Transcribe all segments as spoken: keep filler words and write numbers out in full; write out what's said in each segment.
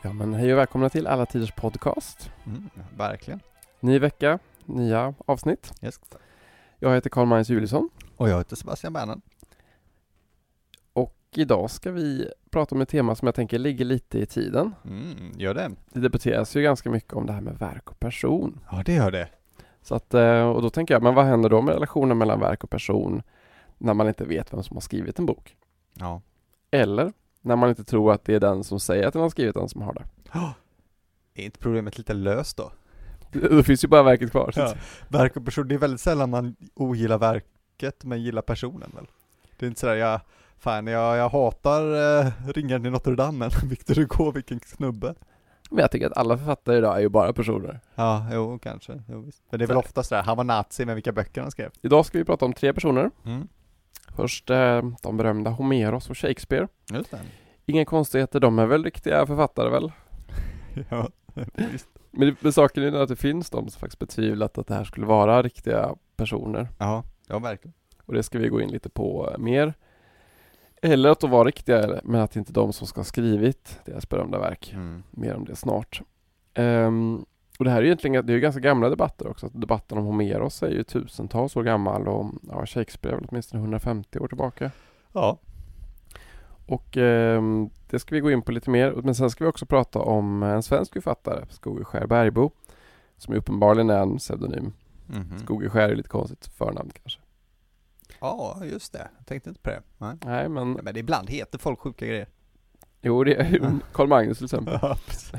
Ja, men hej och välkomna till Alla Tiders podcast. Mm, verkligen. Ny vecka, nya avsnitt. Yes. Jag heter Carl-Magnus Julisson. Och jag heter Sebastian Bernen. Och idag ska vi prata om ett tema som jag tänker ligger lite i tiden. Mm, gör det. Det debatteras ju ganska mycket om det här med verk och person. Ja, det gör det. Så att, och då tänker jag, men vad händer då med relationen mellan verk och person när man inte vet vem som har skrivit en bok? Ja. Eller när man inte tror att det är den som säger att den har skrivit den som har det. Oh, är inte problemet lite löst då? Då finns ju bara verket kvar. Ja. Verk och person, det är väldigt sällan man ogillar verket men gillar personen väl? Det är inte sådär, jag, fan, jag, jag hatar eh, Ringaren i Notre Dame, men Victor Hugo, vilken snubbe. Men jag tycker att alla författare idag är ju bara personer. Ja, jo, kanske. Jo, visst. Men det är väl ofta sådär, han var nazi med vilka böcker han skrev. Idag ska vi prata om tre personer. Mm. Först eh, de berömda Homeros och Shakespeare. Just det. Inga konstigheter, de är väl riktiga författare väl? Ja, visst. Men, det, men saken är ju att det finns de som faktiskt betvivlat att det här skulle vara riktiga personer. Ja, ja, verkligen. Och det ska vi gå in lite på mer. Eller att de var riktiga, men att det inte är de som ska ha skrivit deras berömda verk. Mm. Mer om det snart. Um, och det här är ju egentligen, det är ju ganska gamla debatter också. Debatten om Homeros är ju tusentals år gammal och ja, Shakespeare är väl åtminstone hundrafemtio år tillbaka. Ja. Och um, det ska vi gå in på lite mer. Men sen ska vi också prata om en svensk författare, Skogeskär Bergbo, som uppenbarligen är en pseudonym. Mm-hmm. Skogeskär är lite konstigt förnamn kanske. Ja, just det. Jag tänkte inte på det. Nej. Nej, men... Ja, men ibland heter folk sjuka grejer. Jo, det är ju Carl Magnus till exempel. Ja, precis.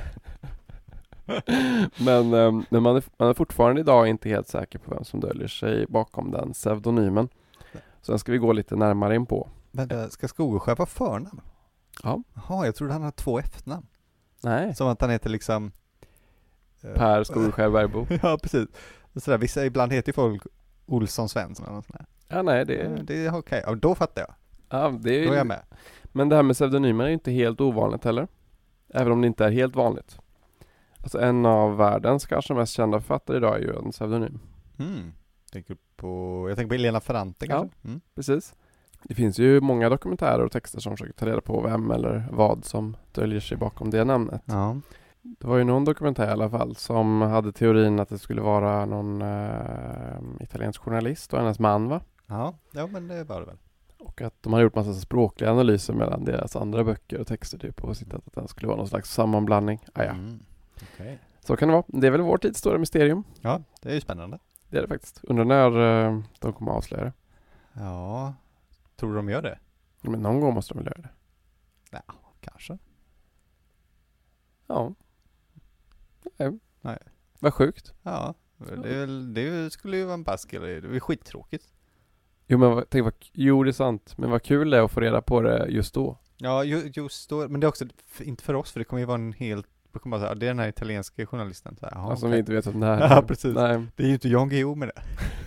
men um, men man, är, man är fortfarande idag inte helt säker på vem som döljer sig bakom den pseudonymen. Sen ska vi gå lite närmare in på. Men det, ska Skogeskär vara förnamn? Ja. Jaha, jag trodde han hade två efternamn. Nej. Som att han heter liksom... Uh, Per Skogeskär Bergbo. Ja, precis. Sådär, vissa ibland heter ju folk Olsson Svensson eller något sånt där. Ja, nej, det Ja, är... det är okej. Okay. Ja, då fattar jag. Ja, det är... Då är jag med. Men det här med pseudonymer är inte helt ovanligt heller. Även om det inte är helt vanligt. Alltså en av världens kanske mest kända författare idag är ju en pseudonym. Mm. Tänker på, jag tänker på Elena Ferrante kanske? Ja, mm. precis. Det finns ju många dokumentärer och texter som försöker ta reda på vem eller vad som döljer sig bakom det namnet. Ja. Det var ju någon dokumentär i alla fall som hade teorin att det skulle vara någon äh, italiensk journalist och hennes man, va? Ja, ja, men det var det väl. Och att de har gjort massa språkliga analyser mellan deras andra böcker och texter typ och sett att den skulle vara någon slags sammanblandning. Ah, ja. Mm. Okay. Så kan det vara. Det är väl vår tids stora mysterium. Ja, det är ju spännande. Det är det faktiskt. Undrar när äh, de kommer att avslöja det. Ja, tror du de gör det? Men någon gång måste de väl göra det. Ja, kanske. Ja. Nej. Nej. Vad sjukt. Ja, det, är väl, det skulle ju vara en bask eller det är skittråkigt. Jo, men vad, tänk vad, jo, det är sant. Men vad kul det är att få reda på det just då. Ja, ju, just då. Men det är också inte för oss, för det kommer ju vara en helt... Kommer säga, det är den här italienska journalisten. Så här, aha, alltså okay. vi inte vet om det här. Ja, precis. Nej. Det är ju inte Jan Guillou med det.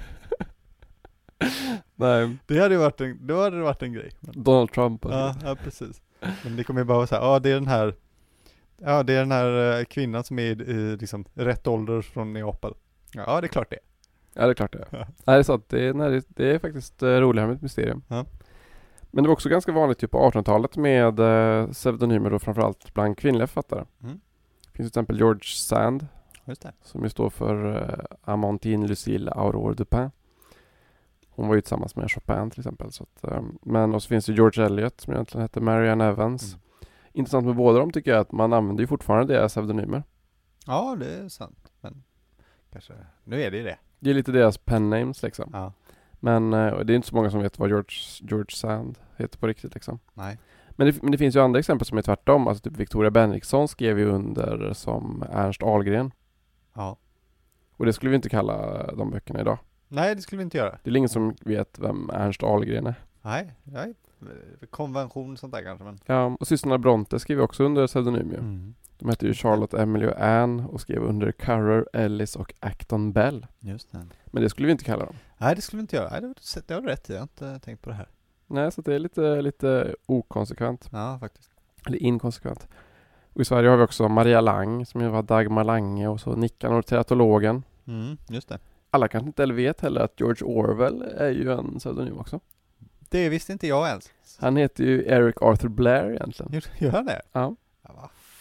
Nej. Det hade ju varit en, då hade det varit en grej. Men... Donald Trump. Ja, ja, precis. Men det kommer ju bara vara så här, ja, det är den här... Ja, det är den här kvinnan som är i, i liksom, rätt ålder från Neapel. Ja, det är klart det. Ja, det är klart det. Ja. Nej, det är sant. Det är, nej, det är faktiskt uh, roligare med ett mysterium. Ja. Men det var också ganska vanligt typ på artonhundratalet med uh, pseudonymer då framförallt bland kvinnliga författare. Mm. Det finns till exempel George Sand. Just det. Som ju står för uh, Amandine Lucille Aurore Dupin. Hon var ju tillsammans med Chopin till exempel. Så att, um, men och så finns det George Eliot som egentligen heter Marianne Evans. Mm. Intressant med båda dem tycker jag att man använder ju fortfarande deras pseudonymer. Ja, det är sant. Men kanske, nu är det ju det. Det är lite deras pen names liksom. Ja. Men uh, det är inte så många som vet vad George, George Sand heter på riktigt liksom. Nej. Men det, men det finns ju andra exempel som är tvärtom. Alltså typ Victoria Benriksson skrev ju under som Ernst Ahlgren. Ja. Och det skulle vi inte kalla de böckerna idag. Nej, det skulle vi inte göra. Det är ingen som vet vem Ernst Ahlgren är. Nej, nej. Konvention sånt där kanske. Men... Ja, och systrarna Bronte skrev också under pseudonym ju. Mm. De heter ju Charlotte, Emily och Anne och skrev under Currer, Ellis och Acton Bell. Just det. Men det skulle vi inte kalla dem. Nej, det skulle vi inte göra. Nej, det, det har du rätt i. Jag har inte tänkt på det här. Nej, så det är lite, lite okonsekvent. Ja, faktiskt. Eller inkonsekvent. Och i Sverige har vi också Maria Lang som ju var Dagmar Lange och så Nicanor teatologen. Mm, just det. Alla kanske inte vet heller att George Orwell är ju en pseudonym också. Det visste inte jag ens. Han heter ju Eric Arthur Blair egentligen. Gör han det? Ja. Ja, vad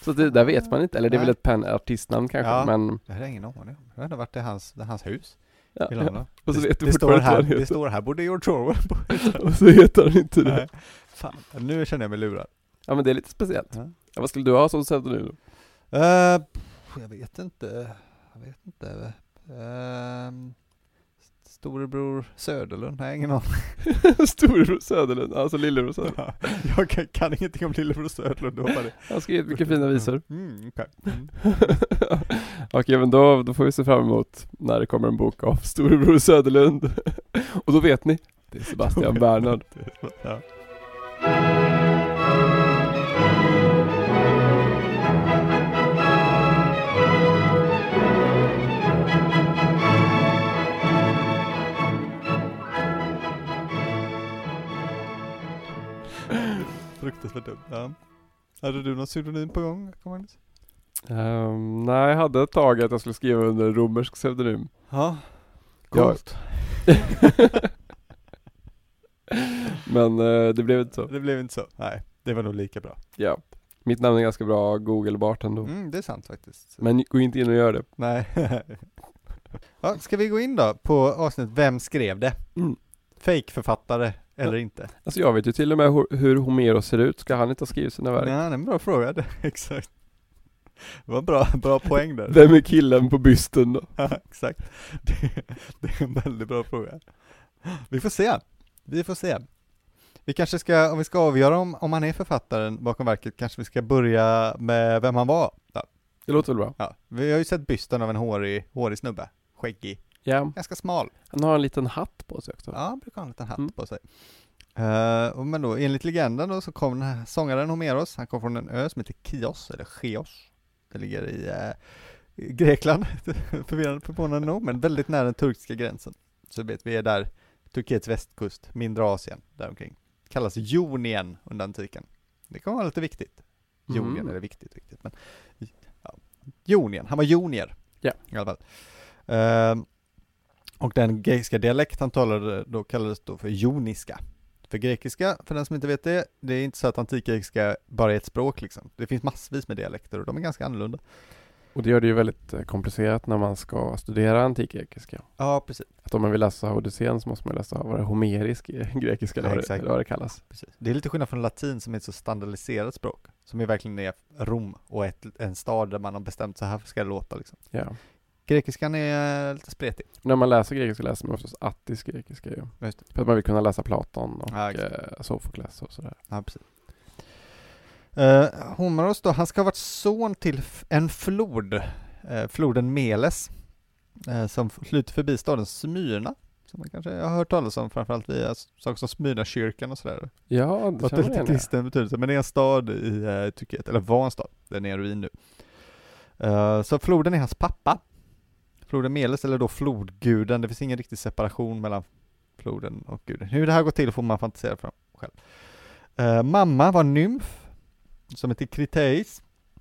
Så det, där vet man inte. Eller det är Nej. väl ett pen artistnamn kanske. Ja. Men Jag har ingen aning om. Jag vet inte vart det är hans, det är hans hus. ja, I ja. London. Och så det, vet du det, står fortfarande här, vad han det heter. står här, borde George Orwell bo. Och så heter han inte det. Nej. Fan, nu känner jag mig lurad. Ja, men det är lite speciellt. Ja. Ja, vad skulle du ha som pseudonym då? Uh, jag vet inte. Jag vet inte. Uh, Storebror Söderlund, nej ingen aning. Storebror Söderlund, alltså Lillebror Söderlund. Jag kan, kan ingenting om Lillebror Söderlund. Det var bara det. Han har skrivit mycket fina visor. Mm, okay. mm. Okej, men då, då får vi se fram emot när det kommer en bok av Storebror Söderlund. Och då vet ni, det är Sebastian Bernhard. Ja. Fruktansvärt dumt. Ja. Hade du någon pseudonym på gång? Magnus? Um, nej, jag hade ett tag att jag skulle skriva under en romersk pseudonym. Ja. Coolt. Men uh, det blev inte så. Det blev inte så. Nej, det var nog lika bra. Ja. Mitt namn är ganska bra Google-bart ändå. Mm, det är sant faktiskt. Men gå inte in och gör det. Nej. Ja, ska vi gå in då på avsnitt Vem skrev det? Mm. Fake-författare eller Ja. inte? Alltså jag vet ju till och med hur, hur Homeros ser ut. Ska han inte ha skrivit sina verk? Ja, det är en bra fråga. Det, exakt. Det var bra, bra poäng där. Vem är killen på bysten då? Ja, exakt. Det, det är en väldigt bra fråga. Vi får se. Vi får se. Vi kanske ska, om vi ska avgöra om, om han är författaren bakom verket, kanske vi ska börja med vem han var. Ja. Det låter väl bra? Ja. Vi har ju sett bysten av en hårig, hårig snubbe. Skäggig. Ja. Ganska smal. Han har en liten hatt på sig också. Ja, han brukar ha en liten hatt Mm. på sig. Uh, men då, enligt legenden då, så kom den här sångaren Homeros. Han kom från en ö som heter Chios, eller Chios. Det ligger i uh, Grekland, förvirrande förvånande nog, men väldigt nära den turkiska gränsen. Så vet vi är där, Turkiets västkust, mindre Asien, där omkring. Kallas Jonien under antiken. Det kan vara lite viktigt. Jonien, Mm. eller viktigt, viktigt. Men, ja. Jonien, han var jonier. Ja. I alla fall. Uh, och den grekiska dialekt han talade då kallades då för joniska. För grekiska, för den som inte vet det, det är inte så att antikgrekiska bara är ett språk liksom. Det finns massvis med dialekter och de är ganska annorlunda. Och det gör det ju väldigt eh, komplicerat när man ska studera antikgrekiska. Ja, precis. Att om man vill läsa Odysseen så måste man läsa vad det är, homerisk eh, grekiska eller Ja, vad det- exakt. eller vad det kallas. precis. Det är lite skillnad från latin som är ett så standardiserat språk. Som är verkligen är Rom och ett, en stad där man har bestämt så här ska det låta liksom. Ja. Grekiskan är lite spretig. När man läser grekiska läser man oftast attisk grekiska ju. Just det. För att man vill kunna läsa Platon och Ja, exakt. eh, Sofokles och sådär. Ja, precis. Uh, Homeros då, han ska ha varit son till f- en flod, uh, floden Meles, uh, som flyter förbi staden Smyrna, som man kanske har hört talas om framförallt via s- saker som Smyrnakyrkan och sådär. Ja, Det det var känner lite jag igen. kristen betydelse, men det är en stad i uh, Turkiet, eller var en stad, den är i ruin nu. Uh, så floden är hans pappa, floden Meles, eller då flodguden. Det finns ingen riktig separation mellan floden och guden. Hur det här går till får man fantisera fram själv. Uh, mamma var nymf som heter Kriteis.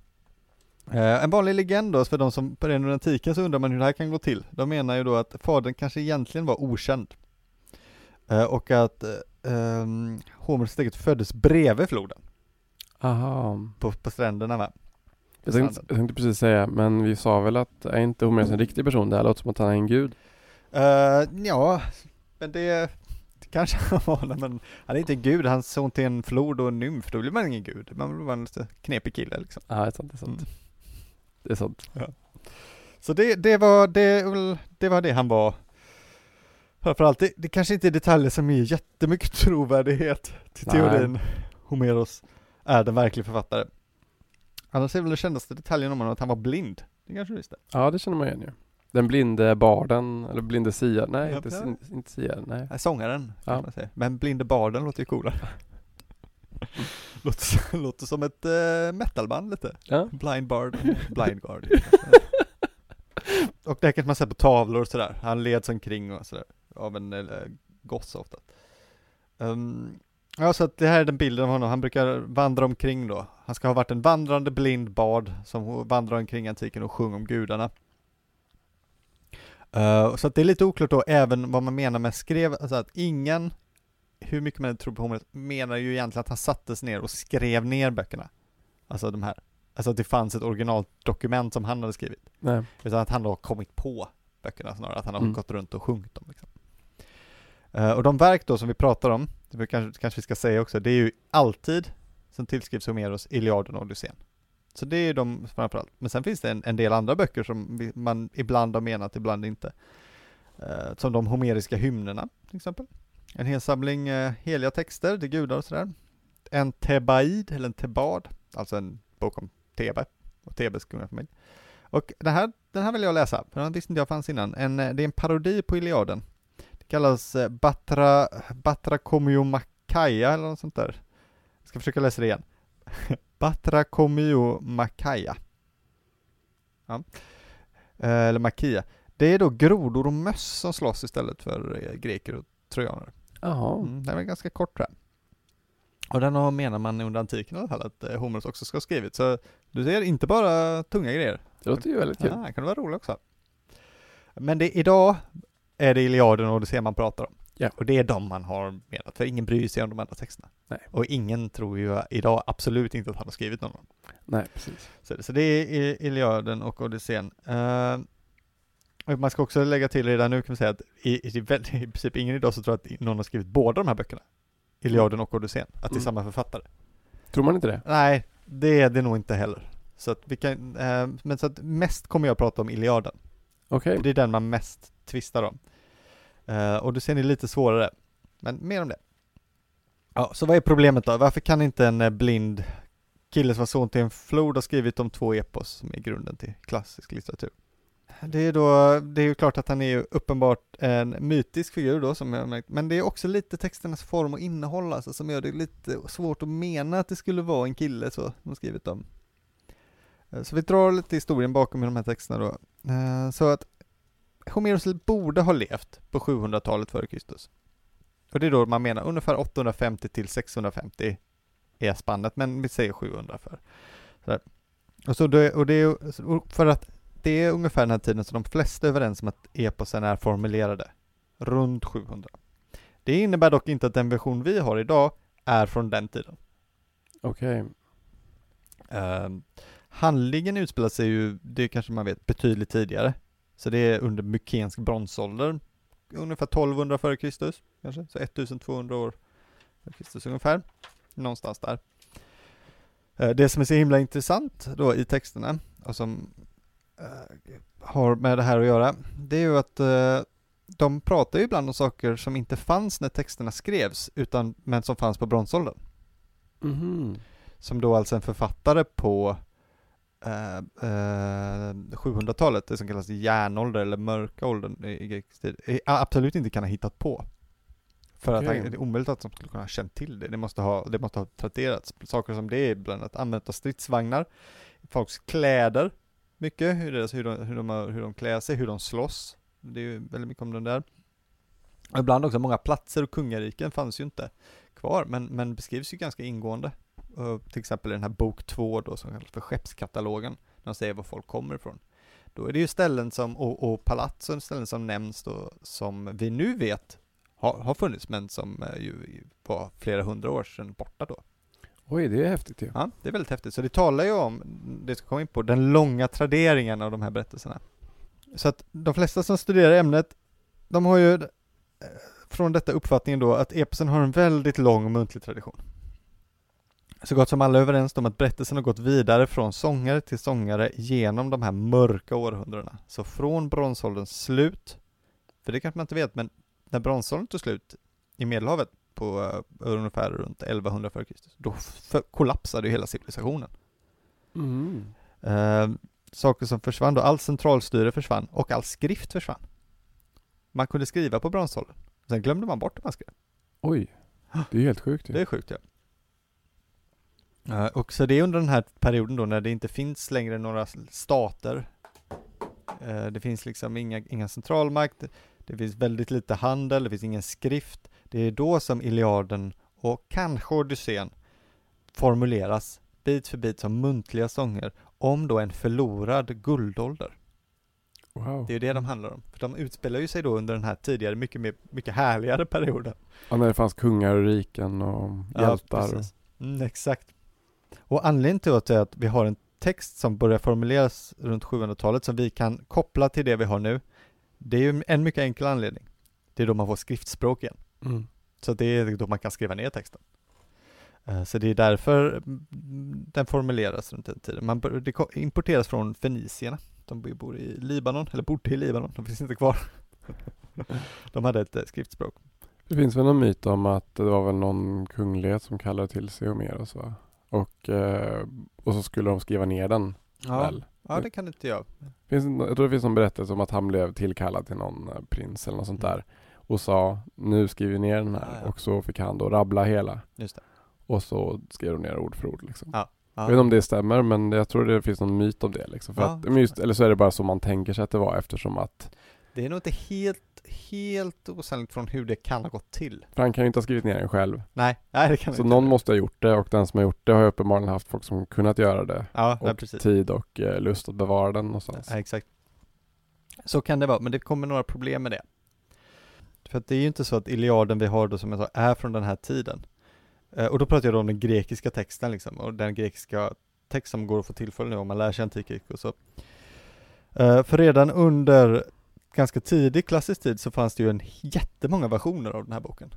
Uh, en vanlig legend då, för de som på den antiken så undrar man hur det här kan gå till. De menar ju då att fadern kanske egentligen var okänd. Uh, och att uh, um, Homeros eget föddes bredvid floden. Aha. På, på stränderna med. Jag tänkte, jag tänkte precis säga, men vi sa väl att är inte Homeros en riktig person? Det här låter som att han är en gud. Uh, ja, men det, det kanske han var, men han är inte en gud, han son till en flod och en nymf, då blir man ingen gud. Man blir bara en lite knepig kille liksom. Ja, det är sant. Det är sant. Mm. Det är sant. Ja. Så det, det, var, det, det var det han var. Framförallt, det, det kanske inte är detaljer som ger jättemycket trovärdighet till Nej. teorin Homeros är den verkliga författare. Annars är väl det kändaste detaljen om honom att han var blind. Det kanske du visste. Ja, det känner man igen ju. Den blinde barden, eller blinde sia. Nej, Ja, inte, ja. inte sia. Nej. Nej, sångaren, Ja. kan man säga. Men blinde barden låter ju coolare. låter, låter som ett uh, metalband lite. Ja. Blind Bard, Blind Guard. Och det här kan man se på tavlor och sådär. Han leds omkring och sådär. Av en eller, gosse ofta. Um, ja, så att det här är den bilden av honom. Han brukar vandra omkring då. Han ska ha varit en vandrande blind bard som vandrar omkring antiken och sjunger om gudarna. Uh, så att det är lite oklart då även vad man menar med skrev. Alltså att ingen, hur mycket man tror på honom, menar ju egentligen att han sattes ner och skrev ner böckerna. Alltså de här. Alltså att det fanns ett originaldokument som han hade skrivit. Nej. Utan att han då har kommit på böckerna snarare, att han har Mm. gått runt och sjungit dem. Liksom. Uh, och de verk då som vi pratar om, det kanske, kanske vi ska säga också, det är ju alltid som tillskrivs Homeros Iliaden och Odysseen. Så det är de framförallt. Men sen finns det en, en del andra böcker som vi, man ibland har menat, ibland inte. Uh, som de homeriska hymnerna till exempel. En hel samling uh, heliga texter, det gudar och sådär. En Thebaid, eller en Thebad, alltså en bok om Thebe och Thebes kungafamilj. Och den här, den här vill jag läsa, för den visste inte jag fanns innan. En, det är en parodi på Iliaden. Det kallas uh, Batra, Batrakomiomakaya eller något sånt där. Jag ska försöka läsa det igen. Batrakomiomakaya. Ja. Uh, eller Makia. Det är då grodor och möss som slåss istället för uh, greker och trojaner. Jaha. Mm, det är väl ganska kort tror jag. Och den har, menar man under antiken i alla fall att eh, Homeros också ska ha skrivit. Så du ser, inte bara tunga grejer. Det låter ju väldigt kul. Ja, det kan vara roligt också. Men det, idag är det Iliaden och Odysseen man pratar om. Ja. Och det är de man har menat. För ingen bryr sig om de andra texterna. Nej. Och ingen tror ju idag absolut inte att han har skrivit någon. Nej, precis. Så, så det är Iliaden och Odysseen. Uh, och man ska också lägga till redan nu kan man säga att i, i, i princip ingen idag så tror att någon har skrivit båda de här böckerna. Iliaden och Odysseen. Att det är Mm. samma författare. Tror man inte det? Nej, det är det nog inte heller. Så att vi kan, eh, men så att mest kommer jag att prata om Iliaden. Okej. Det är den man mest tvistar om. Eh, och Odysseen är lite svårare. Men mer om det. Ja, så vad är problemet då? Varför kan inte en eh, blind kille som var son till en flod ha skrivit de två epos som är grunden till klassisk litteratur? Det är då, det är ju klart att han är ju uppenbart en mytisk figur då, som jag har märkt. Men det är också lite texternas form och innehåll alltså, som gör det lite svårt att mena att det skulle vara en kille så, som har skrivit dem. Så vi drar lite historien bakom de här texterna då. Så att Homeros borde ha levt på sjuhundratalet före Kristus. Och det är då man menar ungefär åttahundrafemtio till sexhundrafemtio är spannet, men vi säger sjuhundra för. Så och, så det, och det är för att det är ungefär den här tiden så de flesta är överens om att eposen är formulerade. Runt sjuhundra. Det innebär dock inte att den version vi har idag är från den tiden. Okej. Uh, handlingen utspelar sig ju, det kanske man vet, betydligt tidigare. Så det är under mykensk bronsålder. Ungefär tolvhundra före Kristus. Kanske, så ettusentvåhundra år före Kristus ungefär. Någonstans där. Uh, det som är så himla intressant då i texterna och som Uh, har med det här att göra, det är ju att uh, de pratar ju ibland om saker som inte fanns när texterna skrevs, utan men som fanns på bronsåldern. Mhm. Som då alltså en författare på uh, uh, sjuhundratalet, det som kallas järnålder eller mörka åldern i grekisk tid, absolut inte kan ha hittat på. För Okay. att det är omöjligt att de skulle kunna ha känt till det. Det måste ha, det måste ha traterats. Saker som det är bland annat använt av stridsvagnar, folks kläder, mycket, hur, det, hur, de, hur, de, hur de klär sig, hur de slåss. Det är ju väldigt mycket om den där. Och ibland också många platser och kungariken fanns ju inte kvar, men, men beskrivs ju ganska ingående. Uh, till exempel i den här bok två då, som kallas för skeppskatalogen, när de säger var folk kommer ifrån. Då är det ju ställen som, och, och palats och ställen som nämns då, som vi nu vet har, har funnits, men som uh, ju var flera hundra år sedan borta då. Oj, det är häftigt ju. Ja, det är väldigt häftigt. Så det talar ju om, det ska komma in på, den långa traderingen av de här berättelserna. Så att de flesta som studerar ämnet, de har ju eh, från detta uppfattningen då att eposen har en väldigt lång muntlig tradition. Så gott som alla är överens om att berättelsen har gått vidare från sångare till sångare genom de här mörka århundradena. Så från bronsålderns slut, för det kanske man inte vet, men när bronsåldern tog slut i Medelhavet på uh, ungefär runt elvahundra före Kristus, då f- kollapsade ju hela civilisationen. Mm. Uh, saker som försvann då, all centralstyre försvann och all skrift försvann. Man kunde skriva på bronsåldern, sen glömde man bort att man skrev. Oj, det är helt sjukt ju. Det är sjukt, ja. Uh, och så det är under den här perioden då när det inte finns längre några stater. Uh, det finns liksom inga, inga centralmakt. Det finns väldigt lite handel. Det finns ingen skrift. Det är då som Iliaden och kanske Odysseen formuleras bit för bit som muntliga sånger om då en förlorad guldålder. Wow. Det är det de handlar om. För de utspelar ju sig då under den här tidigare mycket, mer, mycket härligare perioden. Ja, när det fanns kungar och riken och hjältar. Ja, mm, exakt. Och anledningen till att, att vi har en text som börjar formuleras runt sjuhundratalet som vi kan koppla till det vi har nu. Det är ju en mycket enkel anledning. Det är då man får skriftspråk igen. Mm. Så det är då man kan skriva ner texten. Så det är därför den formuleras runt den tiden. Man, det importeras från fenicierna. De bor i Libanon, eller bodde i Libanon. De finns inte kvar. De hade ett skriftspråk. Det finns väl någon myt om att det var väl någon kunglighet som kallade till sig Homeros, va? Och, eh, och så skulle de skriva ner den. Ja, väl. ja det kan inte jag. Finns, jag tror det finns en berättelse om att han blev tillkallad till någon prins eller något sånt där. Och sa, nu skriver vi ner den här. Ja, ja. Och så fick han då rabbla hela. Just det. Och så skrev de ner ord för ord liksom. Ja. Ja. Jag vet inte om det stämmer, men jag tror det finns någon myt om det liksom. För Ja. att, men just, eller så är det bara så man tänker sig att det var, eftersom att Det är nog inte helt, helt osannolikt från hur det kan ha gått till. för han kan ju inte ha skrivit ner den själv. Nej, nej det kan Så inte. någon måste ha gjort det, och den som har gjort det har ju uppenbarligen haft folk som kunnat göra det. Ja, Och ja precis. tid och eh, lust att bevara den någonstans. Ja, exakt. Så kan det vara, men det kommer några problem med det. För att det är ju inte så att Iliaden vi har då, som jag sa, är från den här tiden. Eh, och då pratar jag då om den grekiska texten liksom, och den grekiska text som går att få tillfälle nu om man lär sig antik och så. Eh, för redan under ganska tidig klassisk tid så fanns det ju en jättemånga versioner av den här boken.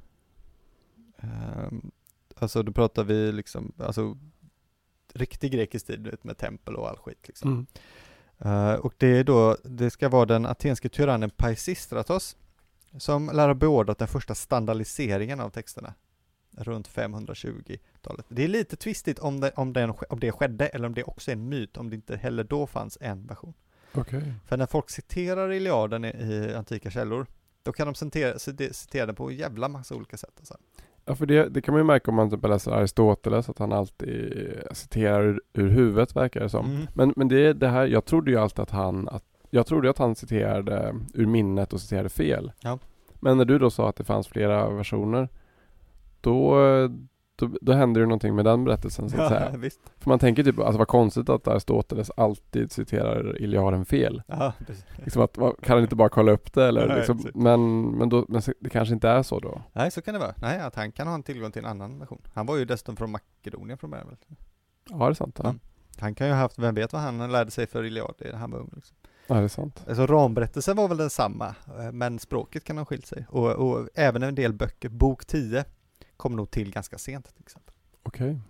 Eh, alltså då pratar vi liksom, alltså riktig grekisk tid med tempel och all skit liksom. Mm. Uh, och det är då, det ska vara den atenske tyrannen Paisistratos som lär ha beordrat den första standardiseringen av texterna runt femhundratjugotalet. Det är lite tvistigt om det, om, den, om det skedde eller om det också är en myt, om det inte heller då fanns en version. Okej. För när folk citerar Iliaden i, i antika källor, då kan de citera, citera den på en jävla massa olika sätt. Alltså. Ja, för det, det kan man ju märka om man typ läser Aristoteles, att han alltid citerar ur, ur huvudet, verkar det som. Mm. Men, men det, det här, jag trodde ju alltid att han, att, jag trodde att han citerade ur minnet och citerade fel. Ja. Men när du då sa att det fanns flera versioner, då, då, då hände det någonting med den berättelsen, så att Ja, säga. visst. För man tänker typ, alltså vad konstigt att Aristoteles alltid citerar Iliaden fel. Ja, precis. Liksom att, vad- kan han inte bara kolla upp det? Eller Nej, liksom, precis. men, men, då, men det kanske inte är så då. Nej, så kan det vara. Nej, att han kan ha en tillgång till en annan version. Han var ju dessutom från Makedonien från början. Ja, det är sant. Ja, Mm. Han kan ju ha haft, vem vet vad han lärde sig för Iliad när han var ung. Liksom. ja det är sant. Alltså ramberättelsen var väl densamma, eh, men språket kan ha skilt sig. Och, och även en del böcker, bok tio, kom nog till ganska sent till exempel. Okej.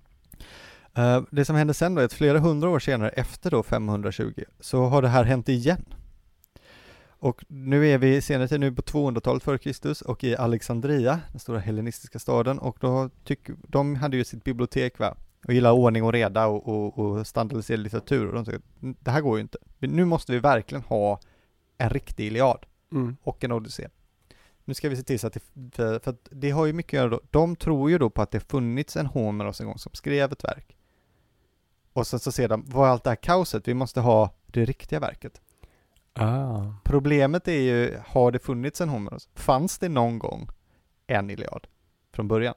Uh, det som hände sen då är att flera hundra år senare, efter då femhundratjugo, så har det här hänt igen. Och nu är vi senare till nu på tvåhundratalet före Kristus och i Alexandria, den stora hellenistiska staden, och då tyck, de hade ju sitt bibliotek, va? Och gillar ordning och reda och, och, och standardiserad litteratur, och de säger, det här går ju inte. Nu måste vi verkligen ha en riktig Iliad Mm. och en Odyssé. Nu ska vi se till så att det, för, för att det har ju mycket att göra då. De tror ju då på att det funnits en Homeros en gång som skrev ett verk. Och sen så ser de, vad är allt det här kaoset? Vi måste ha det riktiga verket. Ah. Problemet är ju, har det funnits en Homeros? Fanns det någon gång en Iliad från början?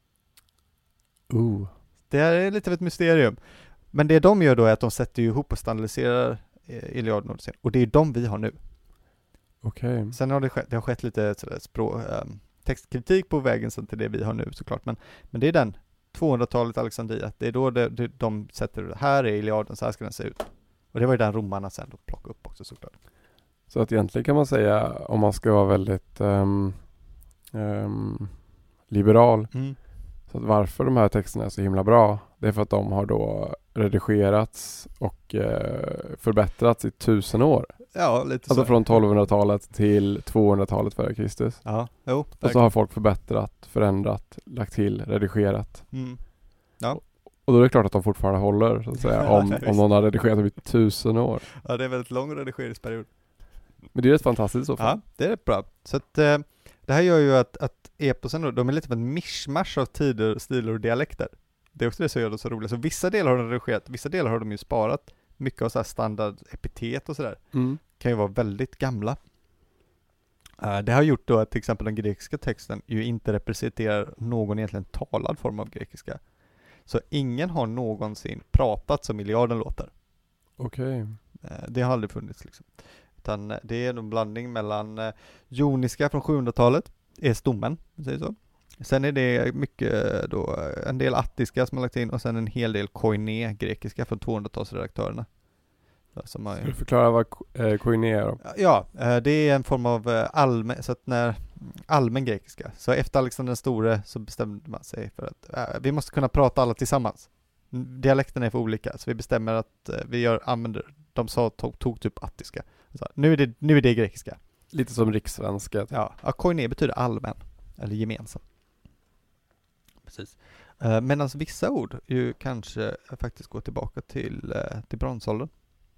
Ooh. Det är lite av ett mysterium. Men det de gör då är att de sätter ihop och standardiserar eh, Iliaden och Odysseen. Och det är de vi har nu. Okej. Sen har det skett, det har skett lite sådär språk, ähm, textkritik på vägen sen till det vi har nu såklart. Men, men det är den, tvåhundratalet Alexandria. Det är då det, det, de sätter det. Här är Iliaden, så här ska den se ut. Och det var ju den romarna sen då plockade upp också såklart. Så att egentligen kan man säga, om man ska vara väldigt um, um, liberal, Mm. så att varför de här texterna är så himla bra, det är för att de har då redigerats och uh, förbättrats i tusen år. Ja, lite Alltså så. från tolvhundratalet till tvåhundratalet före Kristus. Ja, jo. Och så har folk förbättrat, förändrat, lagt till, redigerat. Mm. Och då är det klart att de fortfarande håller, så att säga, om, Ja, visst. om någon har redigerat dem i tusen år. Ja, det är en väldigt lång redigeringsperiod. Men det är rätt fantastiskt i så fall. Ja, det är rätt bra. Så att eh, det här gör ju att, att eposen då, de är lite som en mischmasch av tider, stilar och dialekter. Det är också det som gör det så roligt. Så vissa delar har de redigerat, vissa delar har de ju sparat. Mycket av så här standard epitet och sådär Mm. kan ju vara väldigt gamla. Uh, det har gjort då att till exempel den grekiska texten ju inte representerar någon egentligen talad form av grekiska. Så ingen har någonsin pratat som Iliaden låter. Okej. Uh, det har aldrig funnits liksom. Utan uh, det är en blandning mellan uh, joniska från sjuhundratalet, är stommen, säger så. Sen är det mycket då, en del attiska som har lagt in och sen en hel del koiné, grekiska från tvåhundratalsredaktörerna. Som har, Ska du förklara vad eh, koiné är då? ja, eh, det är en form av eh, allmän, så att när, allmän grekiska. Så efter Alexander den store så bestämde man sig för att eh, vi måste kunna prata alla tillsammans. Dialekterna är för olika, så vi bestämmer att eh, vi gör, använder, de sa, tog, tog typ attiska. Så, nu, är det, nu är det grekiska. Lite som rikssvenska. Typ. Ja, ja, koiné betyder allmän, eller gemensam. Precis. Uh, Medan vissa ord ju kanske faktiskt går tillbaka till, uh, till bronsåldern.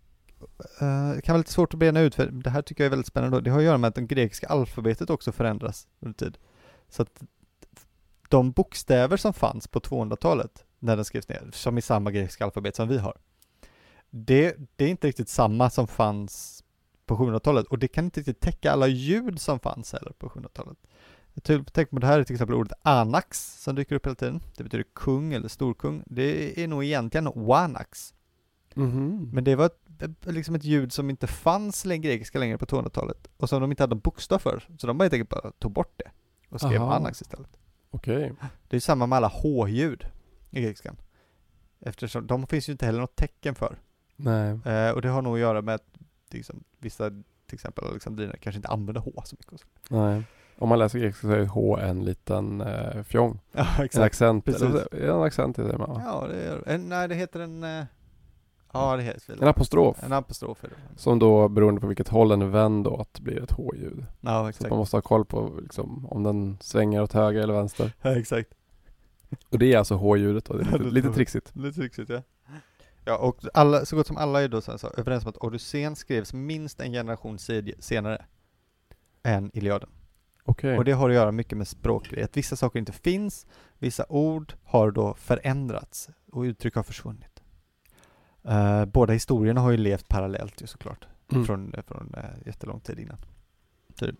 Uh, det kan vara lite svårt att bena ut, för det här tycker jag är väldigt spännande. Det har att göra med att det grekiska alfabetet också förändras under tid. Så att de bokstäver som fanns på tvåhundratalet när den skrevs ner, som i samma grekiska alfabet som vi har, det, det är inte riktigt samma som fanns på sjuhundratalet, och det kan inte riktigt täcka alla ljud som fanns heller på sjuhundratalet. Tänk på det här är till exempel ordet anax som dyker upp hela tiden. Det betyder kung eller storkung. Det är nog egentligen wanax. Mm-hmm. Men det var ett, liksom ett ljud som inte fanns i grekiska längre på tvåhundratalet och som de inte hade någon bokstav för. Så de bara helt enkelt bara tog bort det och skrev Aha. anax istället. Okej. Okay. Det är samma med alla h-ljud i grekiskan. Eftersom de finns ju inte heller något tecken för. Nej. Eh, och det har nog att göra med att liksom, vissa, till exempel alexandriner, kanske inte använder h så mycket. Nej. Om man läser grekiska så är H en liten eh, fjong. Ja, exakt. En accent. Precis. Eller, en accent heter det, man. Ja, det är en, nej, det heter en... Eh, ja, det heter en apostrof. En apostrof är det. Som då, beroende på vilket håll den är vänd åt, blir ett H-ljud. Ja, exakt. Så man måste ha koll på liksom, om den svänger åt höger eller vänster. Ja, exakt. Och det är alltså H-ljudet och det är lite, lite trixigt. Lite trixigt, ja. Ja, och alla, så gott som alla är då så, så överens om att Odysseen skrevs minst en generation senare än Iliaden. Okay. Och det har att göra mycket med språkgrejer. Att vissa saker inte finns, vissa ord har då förändrats och uttryck har försvunnit. Uh, båda historierna har ju levt parallellt ju såklart. Mm. Från, från uh, jättelång tid innan. Så,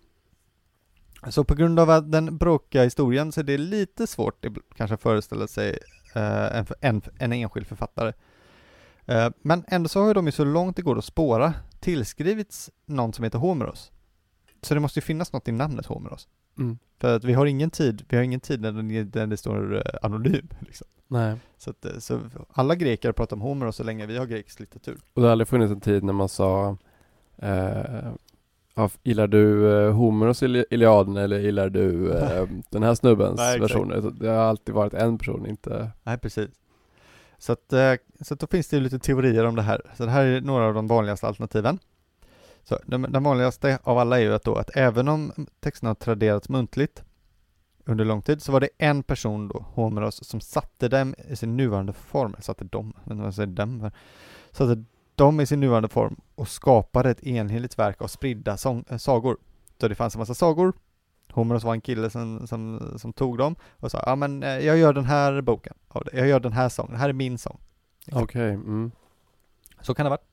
så på grund av att den bråkiga historien så är det lite svårt att kanske föreställa sig uh, en, en, en enskild författare. Uh, men ändå så har ju de ju så långt det går att spåra tillskrivits någon som heter Homeros. Så det måste ju finnas något i namnet Homeros. Mm. För att vi har ingen tid, vi har ingen tid när det, när det står uh, anonym. Liksom. Nej. Så, att, så alla greker pratar om Homeros så länge vi har grekisk litteratur. Och det har aldrig funnits en tid när man sa eh, gillar du eh, Homeros i Iliaden eller gillar du eh, den här snubbens Nej, versioner? Det har alltid varit en person, inte... Nej, precis. Så, att, eh, så att då finns det ju lite teorier om det här. Så det här är några av de vanligaste alternativen. Så den, den vanligaste av alla är ju att, då, att även om texterna har traderats muntligt under lång tid så var det en person då, Homeros, som satte dem i sin nuvarande form. Satte dem, men vad säger dem? Satte dem i sin nuvarande form och skapade ett enhetligt verk av spridda sång, äh, sagor. Så det fanns en massa sagor. Homeros var en kille som, som, som tog dem och sa, ja men jag gör den här boken av det. Jag gör den här sången. Det här är min sång. Okej. Okay. Mm. Så kan det vara.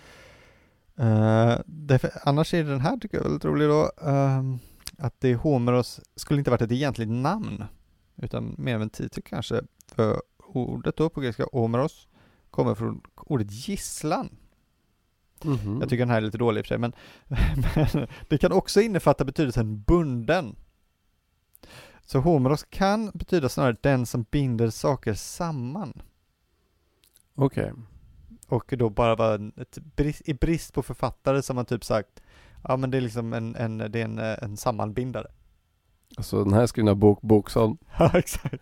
Uh, därför, annars är den här tycker jag är väldigt rolig då. Uh, att det är Homeros skulle inte varit ett egentligt namn utan mer av en titel kanske. För ordet då på grekiska Homeros kommer från ordet gisslan. Mm-hmm. Jag tycker den här är lite dålig i och för sig, men, men det kan också innefatta betydelsen bunden. Så Homeros kan betyda snarare den som binder saker samman. Okej. Okay. Och då bara var ett brist, i brist på författare som man typ sagt, ja men det är liksom en, en, det är en, en sammanbindare. Alltså den här skrivna bok, Boksson. Ja, exakt.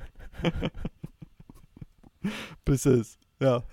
Precis, ja.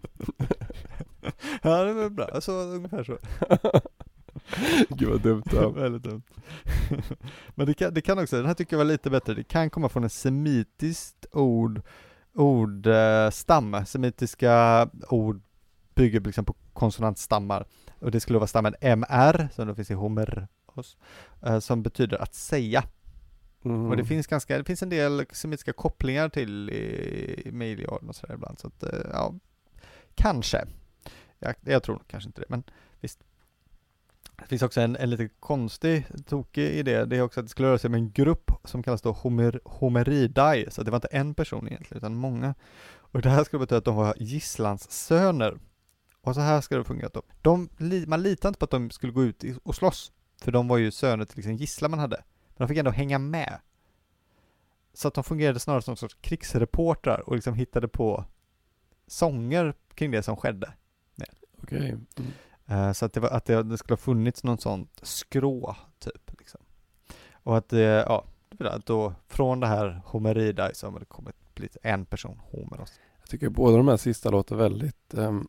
Ja, det var bra. Så ungefär så. Gud vad dumt. Ja. Väldigt dumt. Men det kan, det kan också, den här tycker jag var lite bättre. Det kan komma från en semitiskt ord ordstam. Eh, Semitiska ord bygger liksom på konsonantstammar. Och det skulle vara stammen M R, som då finns i Homeros, eh, som betyder att säga. Mm. Och det finns ganska, det finns en del semitiska kopplingar till i, med Iliaden och sådär ibland. Så att, eh, ja, kanske. Jag, jag tror kanske inte det, men visst. Det finns också en, en lite konstig, tokig idé. Det är också att det skulle röra sig om en grupp som kallas då Homer, Homeridai. Så det var inte en person egentligen, utan många. Och det här skulle betyda att de var gisslans söner. Och så här ska det fungera då. De, man litar inte på att de skulle gå ut och slåss. För de var ju söner till liksom gisslan man hade. Men de fick ändå hänga med. så att de fungerade snarare som sorts krigsreportrar och liksom hittade på sånger kring det som skedde. Okej. Okay. Mm. Uh, så att, det, var, att det, det skulle ha funnits någon sånt skrå typ. Liksom. Och att det, ja, att då från det här Homeridai så har det kommit lite en person, Homeros. Jag tycker båda de här sista låter väldigt um,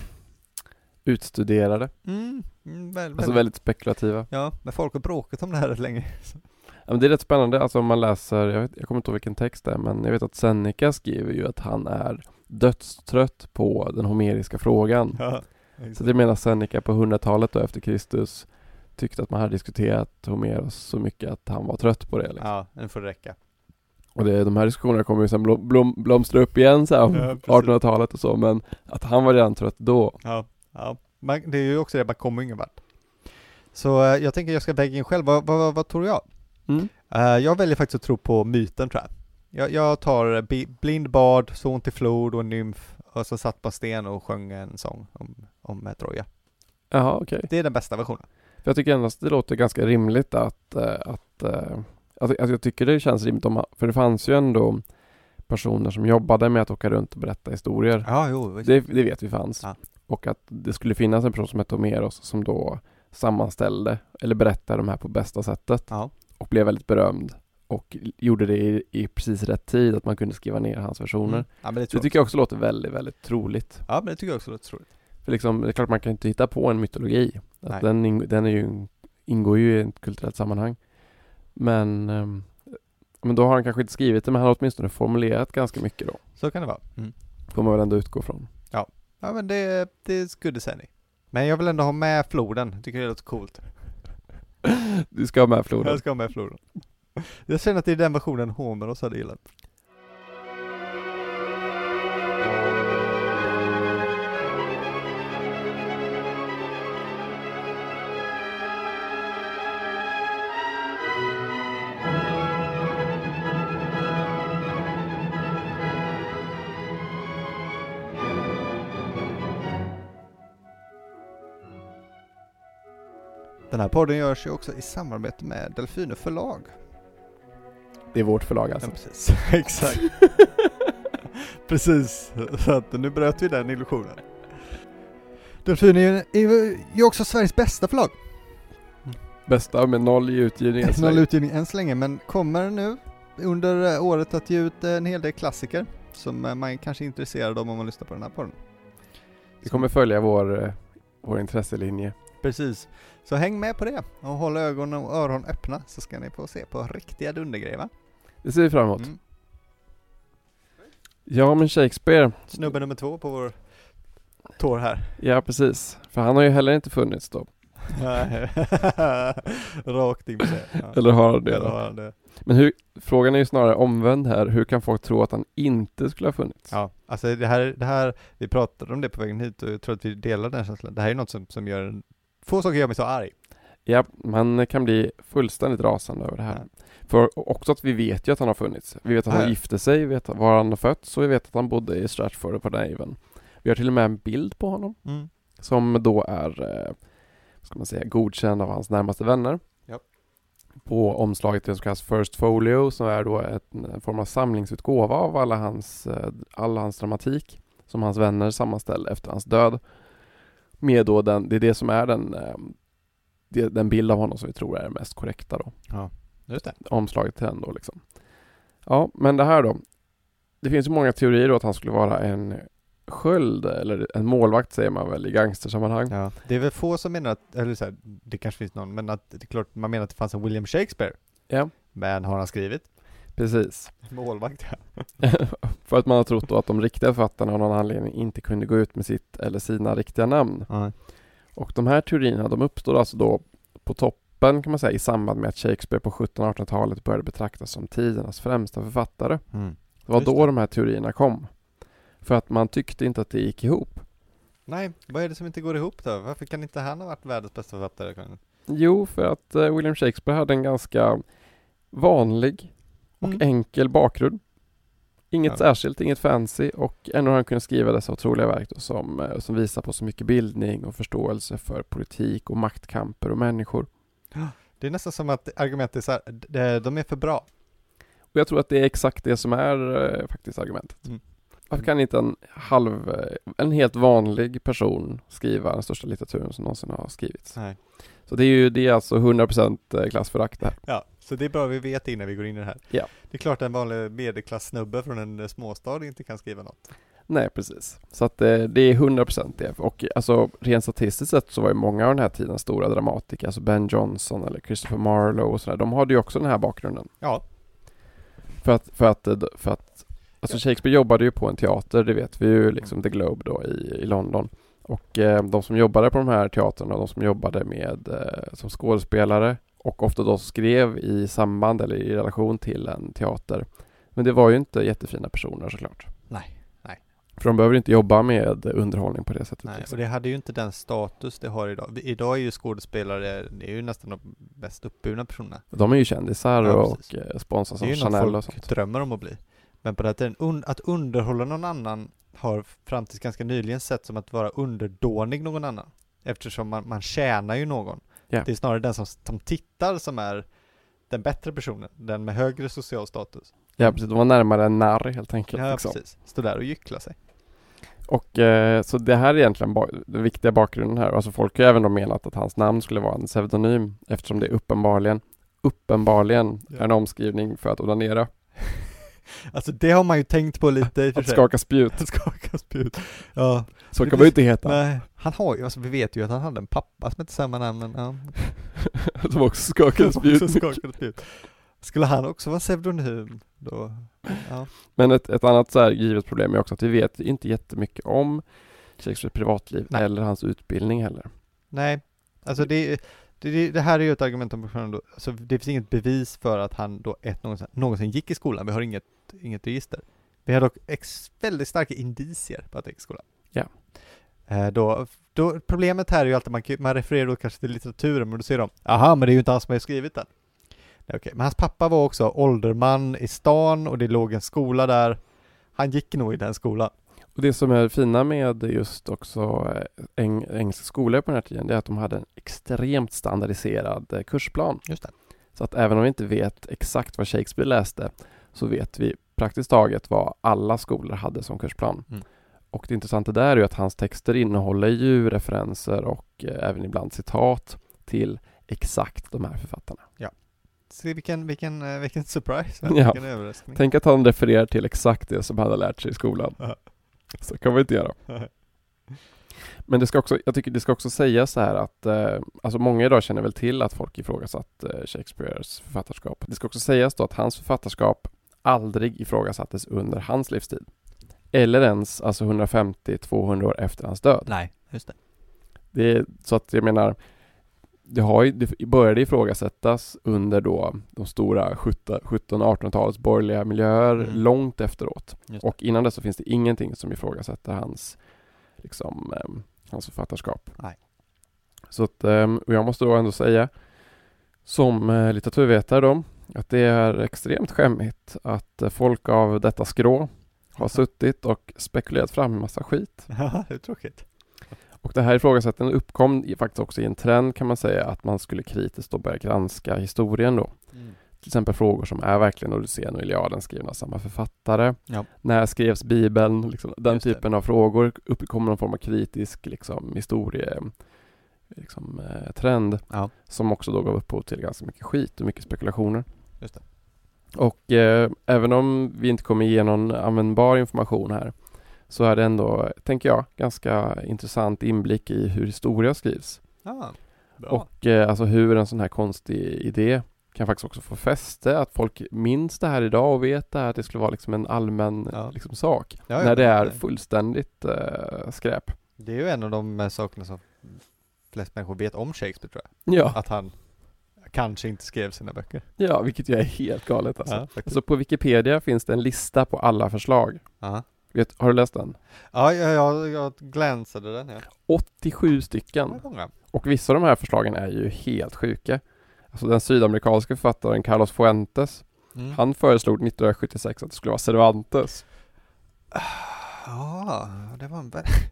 utstuderade. Mm, mm, väl, alltså väldigt spekulativa. Ja, men folk har bråkat om det här rätt länge. Ja, men det är rätt spännande, alltså om man läser, jag, vet, jag kommer inte ihåg vilken text det är, men jag vet att Seneca skriver ju att han är dödstrött på den homeriska frågan. Ja, så det menar Seneca på hundratalet då efter Kristus tyckte att man hade diskuterat Homeros så mycket att han var trött på det. Liksom. Ja, det får räcka. Och det, de här diskussionerna kommer ju sen blom, blom, blomstra upp igen så här, om ja, artonhundratalet och så, men att han var redan trött då. Ja, ja. Man, det är ju också det, man kommer ingen vart. Så uh, jag tänker jag ska väga in själv, vad, vad, vad, vad tror jag? Mm. Uh, jag väljer faktiskt att tro på myten tror jag. Jag, jag tar b- blind bard, son till flod och en nymf och så satt på sten och sjöng en sång om, om Troja. Jaha, okej. Okay. Det är den bästa versionen. För jag tycker endast det låter ganska rimligt att, äh, att äh, alltså, alltså jag tycker det känns rimligt om, för det fanns ju ändå personer som jobbade med att åka runt och berätta historier. Ja, jo. Det, det vet vi fanns. Ja. Och att det skulle finnas en person som hette Homeros som då sammanställde eller berättade de här på bästa sättet. Ja. Och blev väldigt berömd. Och gjorde det i, i precis rätt tid att man kunde skriva ner hans versioner. Mm. Ja, men det, det tycker jag också låter väldigt, väldigt troligt. Ja, men det tycker jag också låter troligt. För liksom, det är klart man kan inte hitta på en mytologi. Att den, ing, den är ju, ingår ju i ett kulturellt sammanhang. Men, um, men då har han kanske inte skrivit det, men han har åtminstone formulerat ganska mycket då. Så kan det vara. Mm. Får man väl ändå utgå från. Ja, ja men det, det är good sägning. Men jag vill ändå ha med floden. Jag tycker det låter coolt. Du ska ha med floden. Jag ska ha med floden. Jag känner att det är den versionen Homeros hade gillat. Den här podden görs ju också i samarbete med Delfino förlag. Det är vårt förlag alltså. Ja, precis. Exakt. Precis. Så att nu bröt vi den illusionen. Delfino är ju, är också Sveriges bästa förlag. Bästa med noll i utgivning än så länge. Noll utgivning än så länge, men kommer nu under året att ge ut en hel del klassiker som man kanske är intresserad av om man lyssnar på den här podden. Vi kommer följa vår, vår intresselinje. Precis. Så häng med på det och håll ögon och öron öppna så ska ni få se på riktiga dundergrejer. Det ser vi fram emot. Mm. Ja, men Shakespeare. Snubben nummer två på vår tår här. Ja, precis. För han har ju heller inte funnits då. Rakt in på det. Ja. Eller har han det Eller då? har han det? Men hur, frågan är ju snarare omvänd här. Hur kan folk tro att han inte skulle ha funnits? Ja, alltså det här, det här vi pratade om det på vägen hit och jag tror att vi delar den känslan. Det här är något som, som gör en, få saker gör mig så arg. Ja, man kan bli fullständigt rasande över det här. Ja. För också att vi vet ju att han har funnits. Vi vet att han ja. gifte sig, vi vet var han har fötts och vi vet att han bodde i Stratford och på Naven. Vi har till och med en bild på honom mm. som då är eh, ska man säga, godkänd av hans närmaste vänner. Ja. På omslaget till det som kallas First Folio som är då ett, en form av samlingsutgåva av alla hans, all hans dramatik som hans vänner sammanställde efter hans död. Med då den, det är det som är den, det, den bild av honom som vi tror är mest korrekta då. Ja, just det. Omslaget till den då liksom. Ja, men det här då. Det finns ju många teorier då att han skulle vara en sköld eller en målvakt säger man väl i gangstersammanhang. Ja, det är väl få som menar att, eller så här, det kanske finns någon, men att det är klart man menar att det fanns en William Shakespeare. Ja. Men har han skrivit? Precis. Målvakt, ja. För att man har trott då att de riktiga författarna av någon anledning inte kunde gå ut med sitt eller sina riktiga namn. Mm. Och de här teorierna, de uppstod alltså då på toppen kan man säga i samband med att Shakespeare på sjuttonhundra- och artonhundratalet började betraktas som tidernas främsta författare. Mm. Det var Just då det. de här teorierna kom. För att man tyckte inte att det gick ihop. Nej, vad är det som inte går ihop då? Varför kan inte han ha varit världens bästa författare? Jo, för att uh, William Shakespeare hade en ganska vanlig och mm. enkel bakgrund. Inget ja. särskilt, inget fancy och ändå har han kunnat skriva dessa otroliga verk då, som, uh, som visar på så mycket bildning och förståelse för politik och maktkamper och människor. Det är nästan som att argumentet är så här, de är för bra. Och jag tror att det är exakt det som är eh, faktiskt argumentet. Mm. Varför kan inte en halv, en helt vanlig person skriva den största litteraturen som någonsin har skrivits? Nej. Så det är ju det är alltså hundra procent klassförakt det här. Ja, så det är bra vi vet innan vi går in i det här. Ja. Det är klart att en vanlig medelklass-snubbe från en småstad inte kan skriva något. Nej, precis. Så att det, det är hundra procent det. Och alltså rent statistiskt sett så var ju många av den här tiden stora dramatiker, alltså Ben Jonson eller Christopher Marlowe och sådär, de hade ju också den här bakgrunden. Ja. För att, för att, för att alltså Shakespeare jobbade ju på en teater, det vet vi ju, liksom The Globe då i, i London. Och eh, de som jobbade på de här teaterna, de som jobbade med eh, som skådespelare och ofta då skrev i samband eller i relation till en teater. Men det var ju inte jättefina personer såklart. Nej. För de behöver inte jobba med underhållning på det sättet. Nej, och det hade ju inte den status det har idag. Idag är ju skådespelare, det är ju nästan de bäst uppburna personerna. De är ju kändisar Ja, och precis. eh, sponsras av Det är ju Chanel något och folk sånt. drömmer om att bli. Men på det här, un- att underhålla någon annan har fram till ganska nyligen sett som att vara underdånig någon annan. Eftersom man, man tjänar ju någon. Ja. Det är snarare den som, som tittar som är den bättre personen. Den med högre social status. Ja, precis. De var närmare en narr helt enkelt. Ja, liksom. precis. Stå där och gyckla sig. Och eh, så det här är egentligen ba- den viktiga bakgrunden här. Alltså folk har ju även då menat att hans namn skulle vara en pseudonym eftersom det uppenbarligen uppenbarligen Ja. är en omskrivning för att onanera. Alltså det har man ju tänkt på lite i och för Att sig. skaka spjut. Att skaka spjut. Ja. Så Det kan man ju inte finns- heta. Nej, han har ju, alltså vi vet ju att han hade en pappa som hette samma namn, men ja. Som också skakade Som spjut. också skakade spjut. Skulle han också vara pseudonym då? Ja. Men ett, ett annat så här givet problem är också att vi vet inte jättemycket om Shakespeares privatliv Nej. eller hans utbildning heller. Nej, alltså det, det, det här är ju ett argument om då, alltså det finns inget bevis för att han då ett någonsin, någonsin gick i skolan. Vi har inget, inget register. Vi har dock ex, väldigt starka indicier på att det gick i skolan. Ja. Eh, då, då, problemet här är ju alltid, man, man refererar då kanske till litteraturen, men då säger de, aha, men det är ju inte han som har skrivit den. Nej, okej. Men hans pappa var också ålderman i stan och det låg en skola där. Han gick nog i den skolan. Och det som är fina med just också eh, eng, engelska skolor på den här tiden, det är att de hade en extremt standardiserad eh, kursplan. Just det. Så att även om vi inte vet exakt vad Shakespeare läste så vet vi praktiskt taget vad alla skolor hade som kursplan. Mm. Och Och det intressanta där är ju att hans texter innehåller ju referenser och eh, även ibland citat till exakt de här författarna. Se vilken, vilken, eh, vilken surprise. Ja. Vilken överraskning. Tänk att han refererar till exakt det som han hade lärt sig i skolan. Ja. Så kan vi inte göra. Men det ska också, jag tycker det ska också sägas så här att eh, alltså många idag känner väl till att folk ifrågasatt eh, Shakespeares författarskap. Det ska också sägas då att hans författarskap aldrig ifrågasattes under hans livstid. Eller ens alltså hundrafemtio till tvåhundra år efter hans död. Nej, just det. Det är, så att jag menar, det, har ju, det började ifrågasättas under då de stora sjutton artonhundratalets borgerliga miljöer Mm. långt efteråt. Just det. Och innan dess så finns det ingenting som ifrågasätter hans, liksom, eh, hans författarskap. Nej. Så att, eh, och jag måste då ändå säga som eh, litteraturvetare då, att det är extremt skämmigt att eh, folk av detta skrå har suttit och spekulerat fram en massa skit. Ja, det är tråkigt. Och det här ifrågasättandet uppkom i- faktiskt också i en trend kan man säga att man skulle kritiskt då börja granska historien då. Mm. Till exempel frågor som är verkligen Odysseen och Iliaden skrivna av samma författare. Ja. När skrevs Bibeln? Liksom, den Just det. typen av frågor uppkommer någon form av kritisk liksom, historie liksom, eh, trend Ja. som också då gav upphov till ganska mycket skit och mycket spekulationer. Just det. Och eh, även om vi inte kommer ge någon användbar information här så är det ändå, tänker jag, ganska intressant inblick i hur historia skrivs. Ah, bra. Och eh, alltså hur en sån här konstig idé kan faktiskt också få fäste, att folk minns det här idag och vet det här, att det skulle vara liksom en allmän Ja. liksom, sak. Ja, ja, när det är det- fullständigt eh, skräp. Det är ju en av de eh, sakerna som flest människor vet om Shakespeare, tror jag. Ja, Att han kanske inte skrev sina böcker. ja vilket ju är helt galet alltså. Ja, faktiskt. Alltså på Wikipedia finns det en lista på alla förslag. Aha. Vet, har du läst den? Ja, ja, ja, jag glänsade den. Ja. åttiosju Det stycken. var många. Och vissa av de här förslagen är ju helt sjuka. Alltså den sydamerikanska författaren Carlos Fuentes, Mm. han föreslog nittonhundrasjuttiosex att det skulle vara Cervantes. Ja, det var en vä-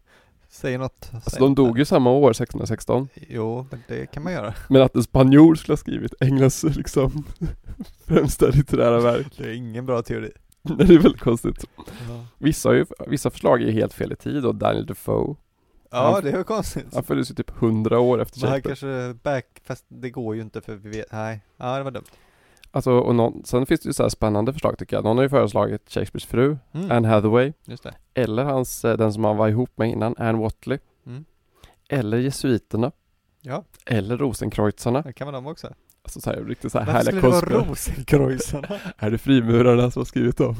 säger något. Alltså de dog ju samma år, sextonhundrasexton. Jo, men det kan man göra. Men att en spanjor skulle ha skrivit Englands liksom främsta litterära verk. Det är ingen bra teori. Det är väldigt konstigt. Ja, Vissa, har ju, vissa förslag är ju helt fel i tid och Daniel Defoe, ja Han- det är konstigt. han föddes ju typ hundra år efter Men här Shakespeare. kanske back, fast det går ju inte för vi vet, nej. Ja, det var dumt. Alltså, och någon, sen finns det ju så här spännande förslag tycker jag. Någon har ju föreslagit Shakespeares fru, Mm. Anne Hathaway, Just det. eller hans, eh, den som han var ihop med innan, Anne Watley, Mm. eller jesuiterna, Ja, eller rosenkreuzarna. det kan man dem också. Alltså så här, riktigt så här Varför härliga skulle det vara konspirationer. rosenkreuzarna? Är det frimurarna som har skrivit dem?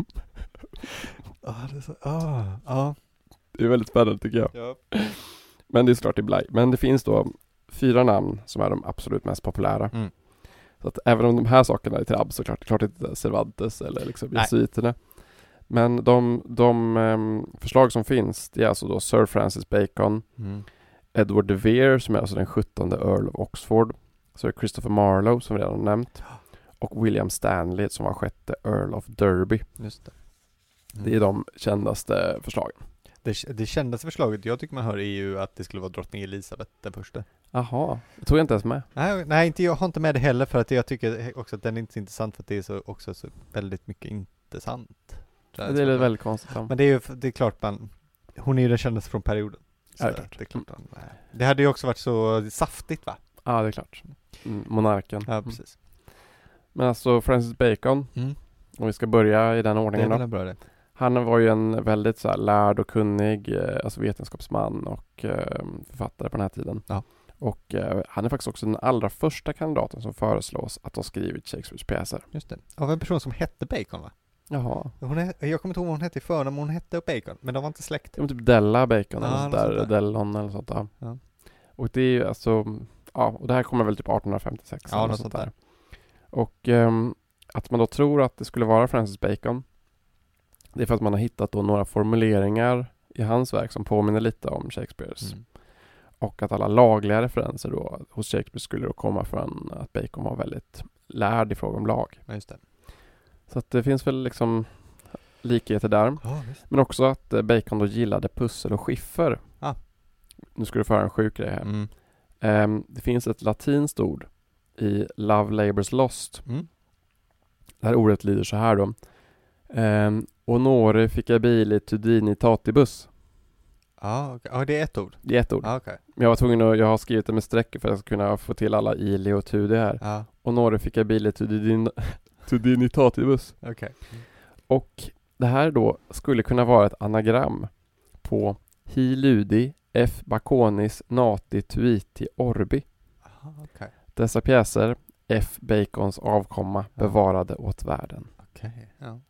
Ja, det är så, ah, ja. Det är väldigt spännande tycker jag. Ja. Men det är såklart i blaj. Men det finns då fyra namn som är de absolut mest populära. Mm. Så att även om de här sakerna är trabb så klart, klart inte Cervantes eller liksom Nej. jesuiterna. Men de, de um, förslag som finns, det är alltså då Sir Francis Bacon, Mm. Edward de Vere som är alltså den sjuttonde Earl of Oxford, så är Christopher Marlowe som vi redan nämnt, och William Stanley som var sjätte Earl of Derby. Just det. Mm. Det är de kändaste förslagen. Det, det kändaste förslaget jag tycker man hör är ju att det skulle vara drottning Elisabeth den första. Jaha, det tog jag inte ens med. Nej, nej inte, jag har inte med det heller för att jag tycker också att den är inte så intressant för att det är så, också så väldigt mycket intressant. Det är lite väldigt konstigt. Men det är ju det är klart man, hon är ju den kändaste från perioden. Så Ja, det är klart. det är klart man, nej. Det hade ju också varit så saftigt va? Ja, det är klart. Mm, monarken. Ja, Mm. precis. Men alltså Francis Bacon, Mm. om vi ska börja i den Det är ordningen väl då. en bra det. Han var ju en väldigt så här, lärd och kunnig eh, alltså vetenskapsman och eh, författare på den här tiden. Ja. Och eh, han är faktiskt också den allra första kandidaten som föreslås att ha skrivit Shakespeares pjäser. Just det. Av en person som hette Bacon va? Jaha. Hon är, jag kommer inte ihåg vad hon hette i förnamn, men hon hette Bacon. Men de var inte släkt. Det var typ Della Bacon Ja, eller sånt något där, sånt där. Dellon eller sånt där. Ja. Och det är ju alltså, ja, och det här kommer väl typ arton femtiosex Ja, eller något sånt sånt där. Och ehm, att man då tror att det skulle vara Francis Bacon, det är för att man har hittat då några formuleringar i hans verk som påminner lite om Shakespeares. Mm. Och att alla lagliga referenser då hos Shakespeare skulle då komma från att Bacon var väldigt lärd i fråga om lag. Ja, just det. Så att det finns väl liksom likheter där. Ja, visst. Men också att eh, Bacon då gillade pussel och skiffer. Ah. Nu ska du få höra en sjuk grej här. Mm. Ehm, det finns ett latinskt ord i Love Labours Lost. Mm. Det här ordet lyder så här då. Ehm, Honore ficabili tudini tatibus. Ja, okej. Ja, det är ett ord. Det är ett ord. Ja, okej. Men jag var tvungen att, jag har skrivit det med streck för att jag ska kunna få till alla ili och tudi här. Ja, Honore ficabili tudini, tudini tatibus. okej. Och det här då skulle kunna vara ett anagram på hi ludi f baconis nati tuiti orbi. Aha, okej. Dessa pjäser, F. Bacons avkomma, Ja. bevarade åt världen. Okej, ja.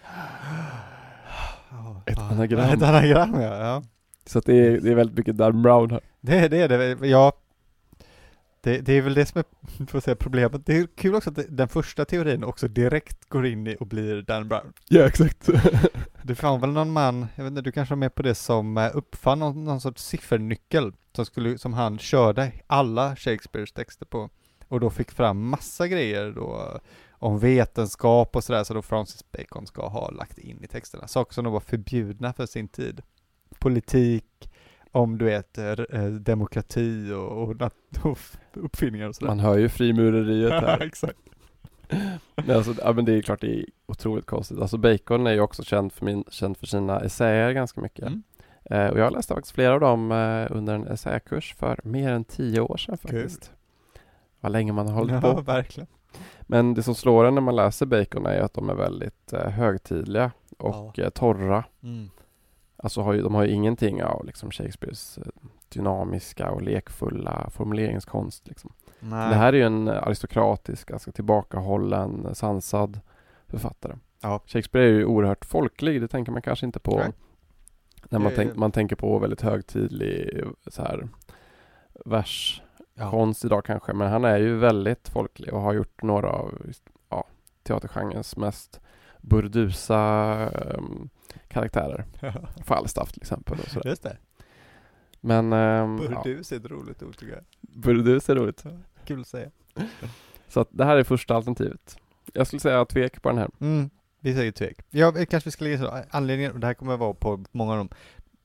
Ja, Ett ja. anagram. Ett anagram, ja. ja. Så att det, är, det är väldigt mycket Dan Brown här. Det, det är det, ja. Det, det är väl det som är får säga, problemet. Det är kul också att det, den första teorin också direkt går in i och blir Dan Brown. Ja, exakt. Det fanns väl någon man, jag vet inte, du kanske var med på det, som eh, uppfann någon, någon sorts siffernyckel som, skulle, som han körde alla Shakespeares texter på. Och då fick fram massa grejer då om vetenskap och sådär, så då Francis Bacon ska ha lagt in i texterna. Saker som då var förbjudna för sin tid. Politik, om du vet, eh, demokrati och, och, nat- och uppfinningar och sådär. Man hör ju frimureriet här. Exakt. Men, alltså, ja, men det är klart det är otroligt konstigt. Alltså Bacon är ju också känd för, min, känd för sina essäer ganska mycket. Mm. Eh, och jag läste faktiskt flera av dem eh, under en essäkurs för mer än tio år sedan faktiskt. Vad länge man har hållit Ja, på. verkligen. Men det som slår en när man läser Bacon är att de är väldigt eh, högtidliga och Ja. eh, torra. Mm. Alltså har ju, de har ju ingenting av liksom Shakespeares eh, dynamiska och lekfulla formuleringskonst. Liksom. Nej. Det här är ju en aristokratisk, ganska tillbakahållen, sansad författare. Ja. Shakespeare är ju oerhört folklig, det tänker man kanske inte på. Nej. När man, Det- tänk, man tänker på väldigt högtidlig så här, verskonst Ja. idag kanske. Men han är ju väldigt folklig och har gjort några av ja, teatergenrens mest burdusa um, karaktärer. Falstaff till exempel. Och sådär. Just det. Men um, ja, Burdus är ett roligt ord tycker jag. burdus är roligt. Kul att säga. Så att det här är första alternativet. Jag skulle säga tvek på den här. Mm. Vi säger tvek. Ja, vi kanske vi ska lägga så. Anledningen, och det här kommer att vara på många av dem.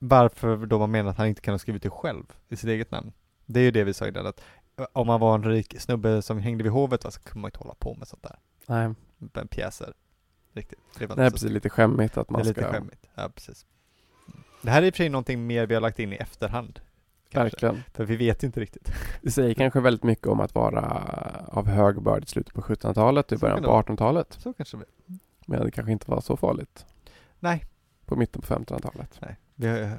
varför då man menar att han inte kan ha skrivit det själv i sitt eget namn. Det är ju det vi sa innan, att om man var en rik snubbe som hängde vid hovet, va, så kunde man inte hålla på med sånt där. Nej, Med pjäser. Riktigt. Det var det är inte så- precis lite skämmigt att det man är lite ska... skämmigt. Ja, precis. Det här är i och för sig någonting mer vi har lagt in i efterhand. Kanske. Verkligen. För vi vet inte riktigt. Det säger kanske väldigt mycket om att vara av hög börd i slutet på sjuttonhundratalet och i Så början kan det på vara. artonhundratalet. Så kanske vi. Men det kanske inte var så farligt Nej. på mitten på femtonhundratalet. Nej. Vi har,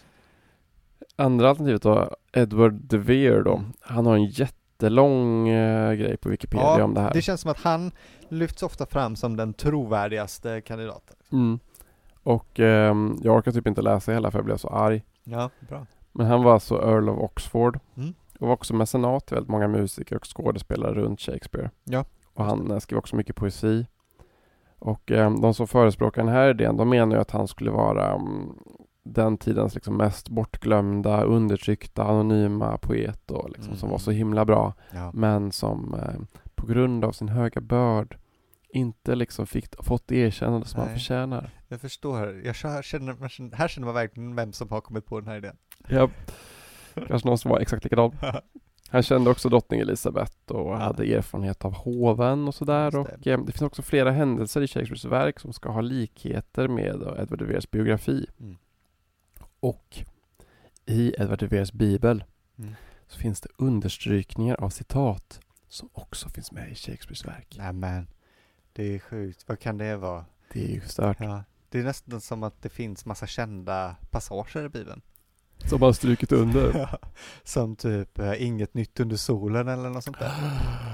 Andra alternativet då, Edward de Vere då. Mm. Han har en jättelång eh, grej på Wikipedia ja, om det här. det känns som att han lyfts ofta fram som den trovärdigaste kandidaten. Mm. Och ehm, jag orkar typ inte läsa hela för jag blev så arg. Ja, bra. Men han var alltså Earl of Oxford Mm. och var också mecenat till väldigt många musiker och skådespelare runt Shakespeare. Ja. Och han eh, skrev också mycket poesi. Och eh, de som förespråkar den här idén, de menar ju att han skulle vara um, den tidens liksom mest bortglömda, undertryckta, anonyma poet och liksom, Mm. som var så himla bra. Ja. Men som eh, på grund av sin höga börd inte liksom fick, fått det erkännande som Nej. han förtjänar. Jag förstår. Jag känner, känner, känner, här känner man verkligen vem som har kommit på den här idén. Ja, kanske någon som var exakt likadan. Han kände också drottning Elisabeth och Ja. hade erfarenhet av hoven och sådär. Just Och det. eh, det finns också flera händelser i Shakespeares verk som ska ha likheter med eh, Edward de Veres biografi. Mm. Och i Edward de Veres bibel Mm. så finns det understrykningar av citat som också finns med i Shakespeares verk. Nej men, det är sjukt. Vad kan det vara? Det är ju stört. Ja. Det är nästan som att det finns massa kända passager i Bibeln. Som har strukit under. Ja. Som typ äh, inget nytt under solen eller något sånt där.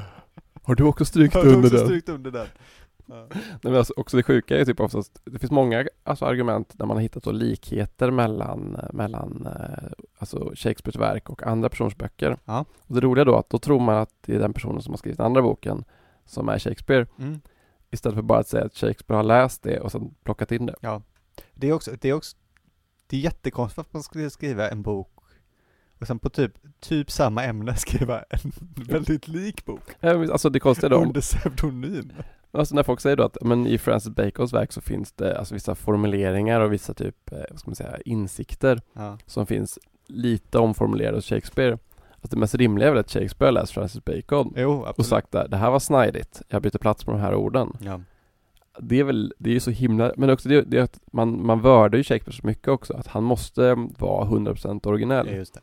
Har du också strukit Har du under också den? strykt under den? Ja. Nej, men alltså, också det sjuka är typ också att det finns många alltså, argument där man har hittat då likheter mellan, mellan eh, alltså Shakespeares verk och andra personers böcker. Ja. Och det roliga då att då tror man att det är den personen som har skrivit den andra boken som är Shakespeare. Mm. Istället för bara att säga att Shakespeare har läst det och sen plockat in det. Ja. Det är också, det är också, det är jättekonstigt att man skulle skriva en bok och sen på typ, typ samma ämne skriva en väldigt lik bok. Eh, Alltså det konstiga då, Under pseudonym. alltså när folk säger då att men i Francis Bacons verk så finns det alltså vissa formuleringar och vissa typ, eh, vad ska man säga, insikter Ja. som finns lite omformulerade hos Shakespeare. Alltså det mest rimliga är väl att Shakespeare har läst Francis Bacon Jo, absolut. och sagt där, det här var snajdigt, jag byter plats på de här orden. Ja. Det är väl, det är ju så himla, men också det, det är att man, man vördar ju Shakespeare så mycket också, att han måste vara hundra procent originell. Ja, just det.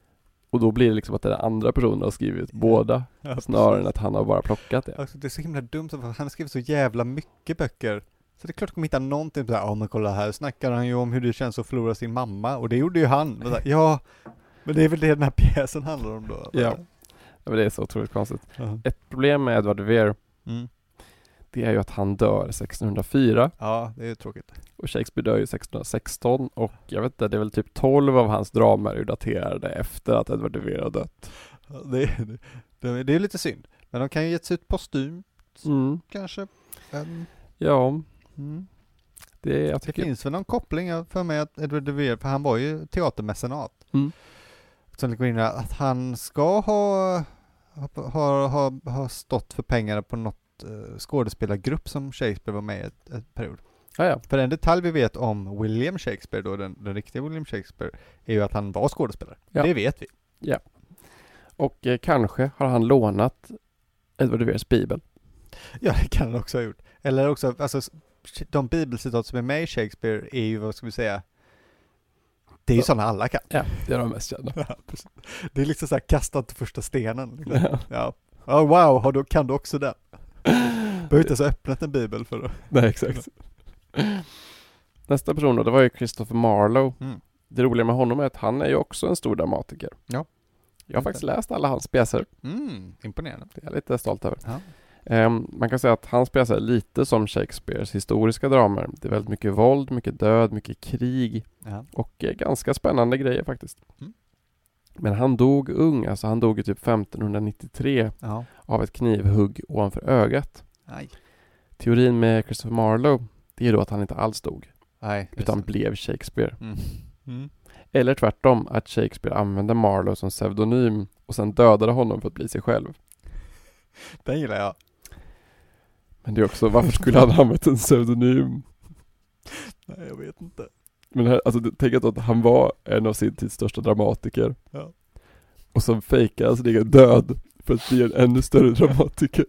Och då blir det liksom att den andra personen har skrivit båda, Ja, snarare än att han har bara plockat det. alltså, det är så himla dumt, för han har skrivit så jävla mycket böcker. Så det är klart att de kommer hitta någonting såhär, ja men kolla här snackar han ju om hur det känns att förlora sin mamma, och det gjorde ju han. Och så här, ja, men det är väl det den här pjäsen handlar om då. Ja. Ja, men det är så otroligt konstigt. Ja. Ett problem med Edward de Vere, Mm. det är ju att han dör sextonhundrafyra. Ja, det är tråkigt. Och Shakespeare dör ju sextonhundrasexton och jag vet inte, det är väl typ tolv av hans dramer är ju daterade efter att Edward de Vere har dött. Ja, det, är, det, det är lite synd. Men de kan ju getts ut postumt, Mm. kanske. Um, Ja, mm. det är, jag Det tycker... finns väl någon koppling jag för mig att Edward de Vere, för han var ju teatermecenat. Mm. Som det går in i att han ska ha, ha, ha, ha stått för pengar på något uh, skådespelargrupp som Shakespeare var med i ett, ett period. Ja, ja. För en detalj vi vet om William Shakespeare då, den, den riktiga William Shakespeare, är ju att han var skådespelare. Ja. Det vet vi. Och eh, kanske har han lånat Edward de Veres bibel. Ja, det kan han också ha gjort. Eller också, alltså de bibelcitat som är med i Shakespeare är ju, vad ska vi säga, det är ju Ja. sådana alla kan. Ja, det är de mest kända. Ja, precis. Det är liksom så här kastat till första stenen. Liksom. Ja. Ja. Oh, wow, har du, kan du också den? Behöver inte ens ha öppnat en bibel för det. Nej, exakt. Nästa person då, det var ju Christopher Marlowe. Mm. Det roliga med honom är att han är ju också en stor dramatiker. Ja. Jag har faktiskt läst alla hans pjäser. Mm, imponerande. Det är jag lite stolt över. Ja. Um, man kan säga att hans pjäser är lite som Shakespeares historiska dramer. Det är väldigt mycket våld, mycket död, mycket krig Ja. och eh, ganska spännande grejer faktiskt. Mm. Men han dog ung, alltså han dog i typ femtonhundranittiotre Ja. av ett knivhugg ovanför ögat. Aj. Teorin med Christopher Marlowe, det är då att han inte alls dog, Nej. utan blev Shakespeare. Mm. Mm. Eller tvärtom, att Shakespeare använde Marlowe som pseudonym och sen dödade honom för att bli sig själv. Den gillar jag. Men det är också, varför skulle han ha använt en pseudonym? Nej, jag vet inte. Men här, alltså, tänk att han var en av sin tids största dramatiker. Ja. Och så fejkade han sin egen död för att bli en ännu större dramatiker.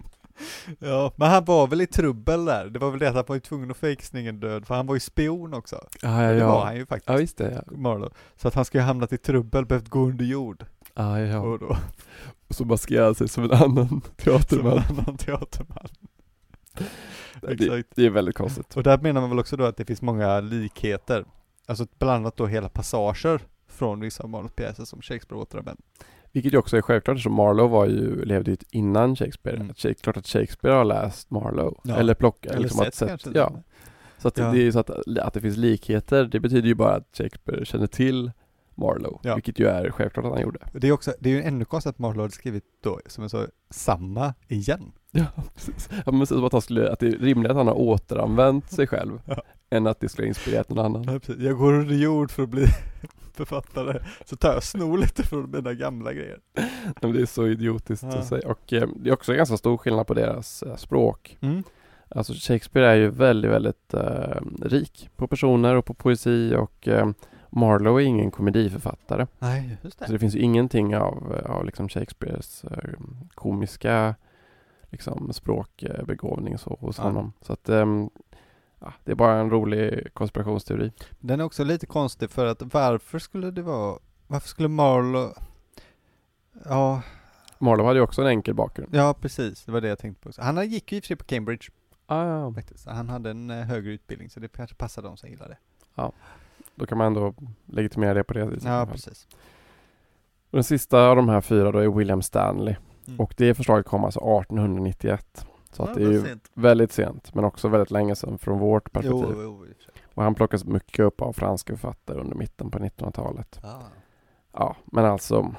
Ja, men han var väl i trubbel där. Det var väl det att han var ju tvungen att fejka sin egen död, för han var ju spion också. Ja, ja, Det var ja. han ju faktiskt. Ja, visst det. Ja. Marlowe. Så att han skulle ha hamnat i trubbel, behövt gå under jord. Ja, ja. Och då, Och så maskerade han sig som en annan teaterman. som en annan teaterman. det, Exakt. det är väldigt konstigt. Och där menar man väl också då att det finns många likheter. Alltså bland annat då hela passager från vissa av Marlowes pjäser som Shakespeare återanvänder. Vilket ju också är självklart, så Marlowe var ju, levde ju innan Shakespeare. Mm. Att, klart att Shakespeare har läst Marlowe. Ja. Eller plockat. Eller liksom sett att sett, kanske. ja. Så, att Ja. det är ju så att, att det finns likheter, det betyder ju bara att Shakespeare känner till Marlowe. Ja. Vilket ju är självklart att han gjorde. Det är också, det är ju ännu konstigt att Marlowe hade skrivit då, som jag sa, samma igen. Ja, precis. Ja, men så att, han skulle, att det är rimligt att han har återanvänt sig själv. Ja. Än att det skulle ha inspirerat någon annan. Ja, precis. Jag går under jord för att bli författare, så tar jag snor lite från mina gamla grejer. Men det är så idiotiskt Ja. att säga. Och eh, det är också ganska stor skillnad på deras eh, språk. Mm. Alltså Shakespeare är ju väldigt, väldigt eh, rik på personer och på poesi, och eh, Marlowe är ingen komediförfattare. Nej, just det. Så det finns ju ingenting av, av liksom Shakespeares eh, komiska liksom, språkbegåvning så, hos Ja. honom. Så att ehm, ja, det är bara en rolig konspirationsteori. Den är också lite konstig, för att varför skulle det vara, varför skulle Marlowe, ja, Marlowe hade ju också en enkel bakgrund. ja precis, det var det jag tänkte på också. Han gick ju i och för sig på Cambridge Ah, ja. faktiskt. Han hade en eh, högre utbildning, så det kanske passade dem som gillade det. Då kan man ändå legitimera det på det viset. i alla Ja, fall. precis. Och den sista av de här fyra då är William Stanley. Mm. Och det förslaget kom alltså arton nittioett. Så att Ja, det är vad ju sent. väldigt sent, men också väldigt länge sedan från vårt perspektiv. Jo, jo, i och för sig. Och han plockas mycket upp av franska författare under mitten på nittonhundratalet. Ah. Ja, men alltså,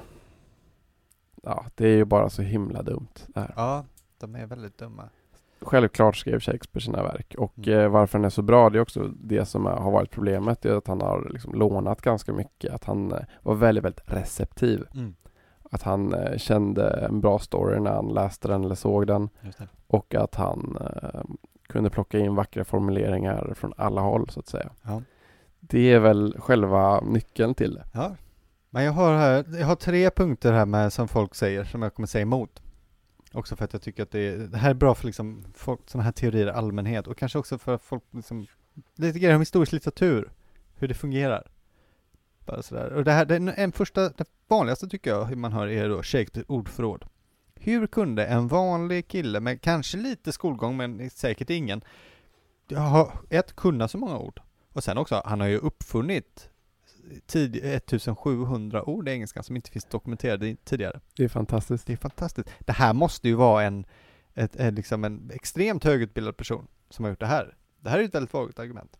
ja, det är ju bara så himla dumt det här. Ja, de är väldigt dumma. Självklart skrev Shakespeare sina verk, och Mm. eh, varför den är så bra, det är också det som är, har varit problemet, det är att han har liksom lånat ganska mycket, att han eh, var väldigt, väldigt receptiv. Mm. Att han eh, kände en bra story när han läste den eller såg den, Just det. och att han eh, kunde plocka in vackra formuleringar från alla håll så att säga. Ja. Det är väl själva nyckeln till det. Ja. Men jag har här, jag har tre punkter här med som folk säger som jag kommer säga emot. Också för att jag tycker att det, är, det här är bra för liksom folk, sådana här teorier i allmänhet, och kanske också för folk liksom, lite grejer om historisk litteratur, hur det fungerar. Bara sådär. Och det här, det är en första, det vanligaste tycker jag hur man hör är då Shakespeare ordförråd. Hur kunde en vanlig kille med kanske lite skolgång, men säkert ingen, ha ett, kunna så många ord? Och sen också, han har ju uppfunnit tid, sjuttonhundra ord i engelskan som inte finns dokumenterade tidigare. Det är fantastiskt. Det är fantastiskt. Det här måste ju vara en, ett, ett, liksom en extremt högutbildad person som har gjort det här. Det här är ett väldigt vagt argument.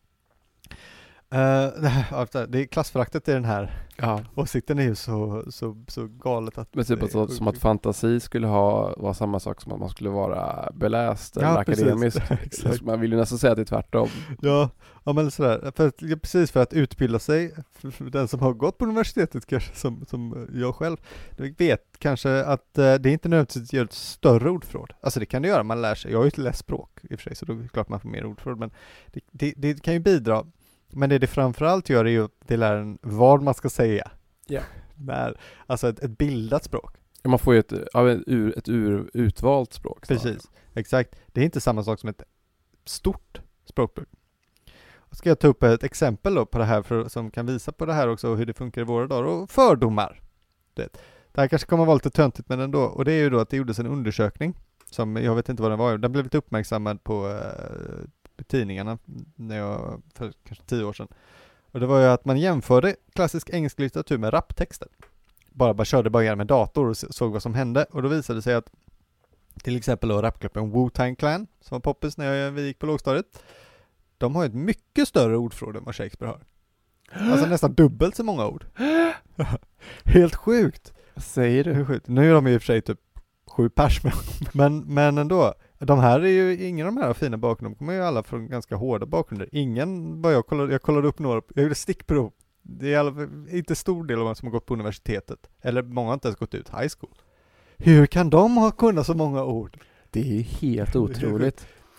Uh, det, här, det är klassföraktet i den här Ja. åsikten är ju så, så, så galet att... Men typ det är så, sjukt. som att fantasi skulle ha vara samma sak som att man skulle vara beläst Ja, eller precis. akademisk. Exakt. Man vill ju nästan säga att det är tvärtom. Ja, ja men sådär. För att, ja, precis för att utbilda sig, för, för den som har gått på universitetet kanske, som, som jag själv, vet kanske att eh, det är inte nödvändigtvis gör ett större ordförråd. Alltså det kan det göra, man lär sig. Jag har ju inte läst språk i och för sig, så då är det klart man får mer ordförråd, men det, det, det kan ju bidra. Men det det framförallt gör är ju att det lär en vad man ska säga. Ja. När, alltså ett, ett bildat språk. Ja, man får ju ett, ja, ett, ur, ett ur, utvalt språk. snarare. Precis, exakt. Det är inte samma sak som ett stort språkbruk. Ska jag ta upp ett exempel då på det här för, som kan visa på det här också och hur det funkar i våra dagar, och fördomar. Det, det här kanske kommer vara lite töntigt, men ändå. Och det är ju då att det gjordes en undersökning som, jag vet inte vad den var, den blev lite uppmärksammad på eh, tidningarna när jag, för kanske tio år sedan. Och det var ju att man jämförde klassisk engelsk litteratur med raptexter. Bara, bara körde bara igenom med dator och såg vad som hände. Och då visade det sig att till exempel då rapgruppen Wu-Tang Clan, som var poppis när jag, vi gick på lågstadiet, de har ett mycket större ordförråd än vad Shakespeare har. Alltså nästan dubbelt så många ord. Helt sjukt. Vad säger du? Hur sjukt. Nu är de i och för sig typ sju pers, men, men ändå. De här är ju, ingen av de här har fina bakgrunder. De kommer ju alla från ganska hårda bakgrunder. Ingen, vad jag kollade, jag kollade upp några, jag gjorde stickprov. Det är alla, inte stor del av dem som har gått på universitetet. Eller många har inte ens gått ut high school. Hur kan de ha kunnat så många ord? Det är helt otroligt.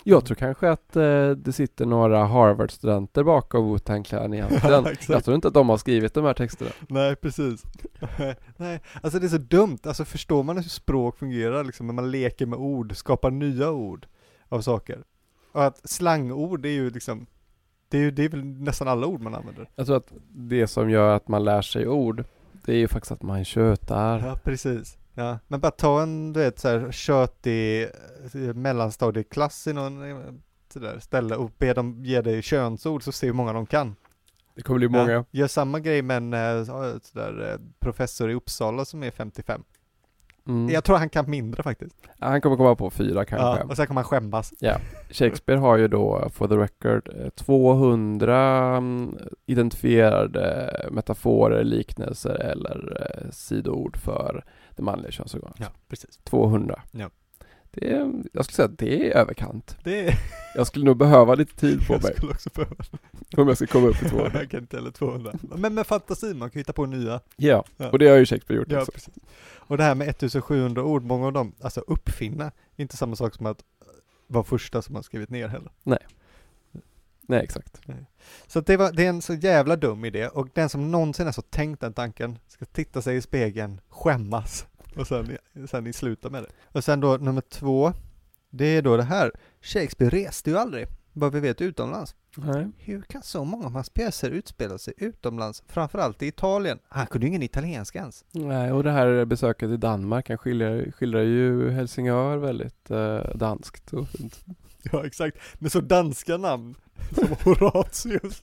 Jag tror kanske att eh, det sitter några Harvard-studenter bakom Wu-Tang Clan egentligen. Exakt. Jag tror inte att de har skrivit de här texterna. Nej, precis. Nej, alltså det är så dumt. Alltså förstår man hur språk fungerar liksom, när man leker med ord, skapar nya ord av saker. Och att slangord är ju liksom, det är ju det är väl nästan alla ord man använder. Jag tror att det som gör att man lär sig ord, det är ju faktiskt att man tjötar. Ja, precis. Ja, men bara ta en, du vet, så här tjötig mellanstadieklass i någon sådär ställe och be dem ge dig könsord, så ser hur många de kan. Det kommer bli många. Ja, gör samma grej med en eh, sådär, eh, professor i Uppsala som är femtiofem. Mm. Jag tror han kan mindre faktiskt. Ja, han kommer komma på fyra kanske. Ja, och sen kommer han skämmas. Ja. Shakespeare har ju då, for the record, eh, tvåhundra mm, identifierade metaforer, liknelser eller eh, sidoord för det manliga könsorganet. Ja, precis. tvåhundra. Ja. Det är, jag skulle säga att det är överkant. Det är... Jag skulle nog behöva lite tid på jag mig skulle också behöva. om jag ska komma upp i tvåhundra. Jag kan inte heller tvåhundra. Men med fantasi, man kan hitta på nya. Ja, Ja. och det har ju Shakespeare gjort Ja, också. precis. Och det här med ettusensjuhundra ord, många av dem, alltså uppfinna, är inte samma sak som att vara första som har skrivit ner heller. Nej, exakt. Så att det, var, det är en så jävla dum idé, och den som någonsin har så tänkt den tanken ska titta sig i spegeln, skämmas och sen, sen i sluta med det. Och sen då nummer två, det är då det här, Shakespeare reste ju aldrig, vad vi vet, utomlands. Nej. Hur kan så många av hans pjäser utspela sig utomlands, framförallt i Italien? Han kunde ju ingen italienska ens. Nej, och det här besöket i Danmark, han skildrar, skildrar ju Helsingör väldigt eh, danskt och fint. Ja, exakt. Med så danska namn som Horatius.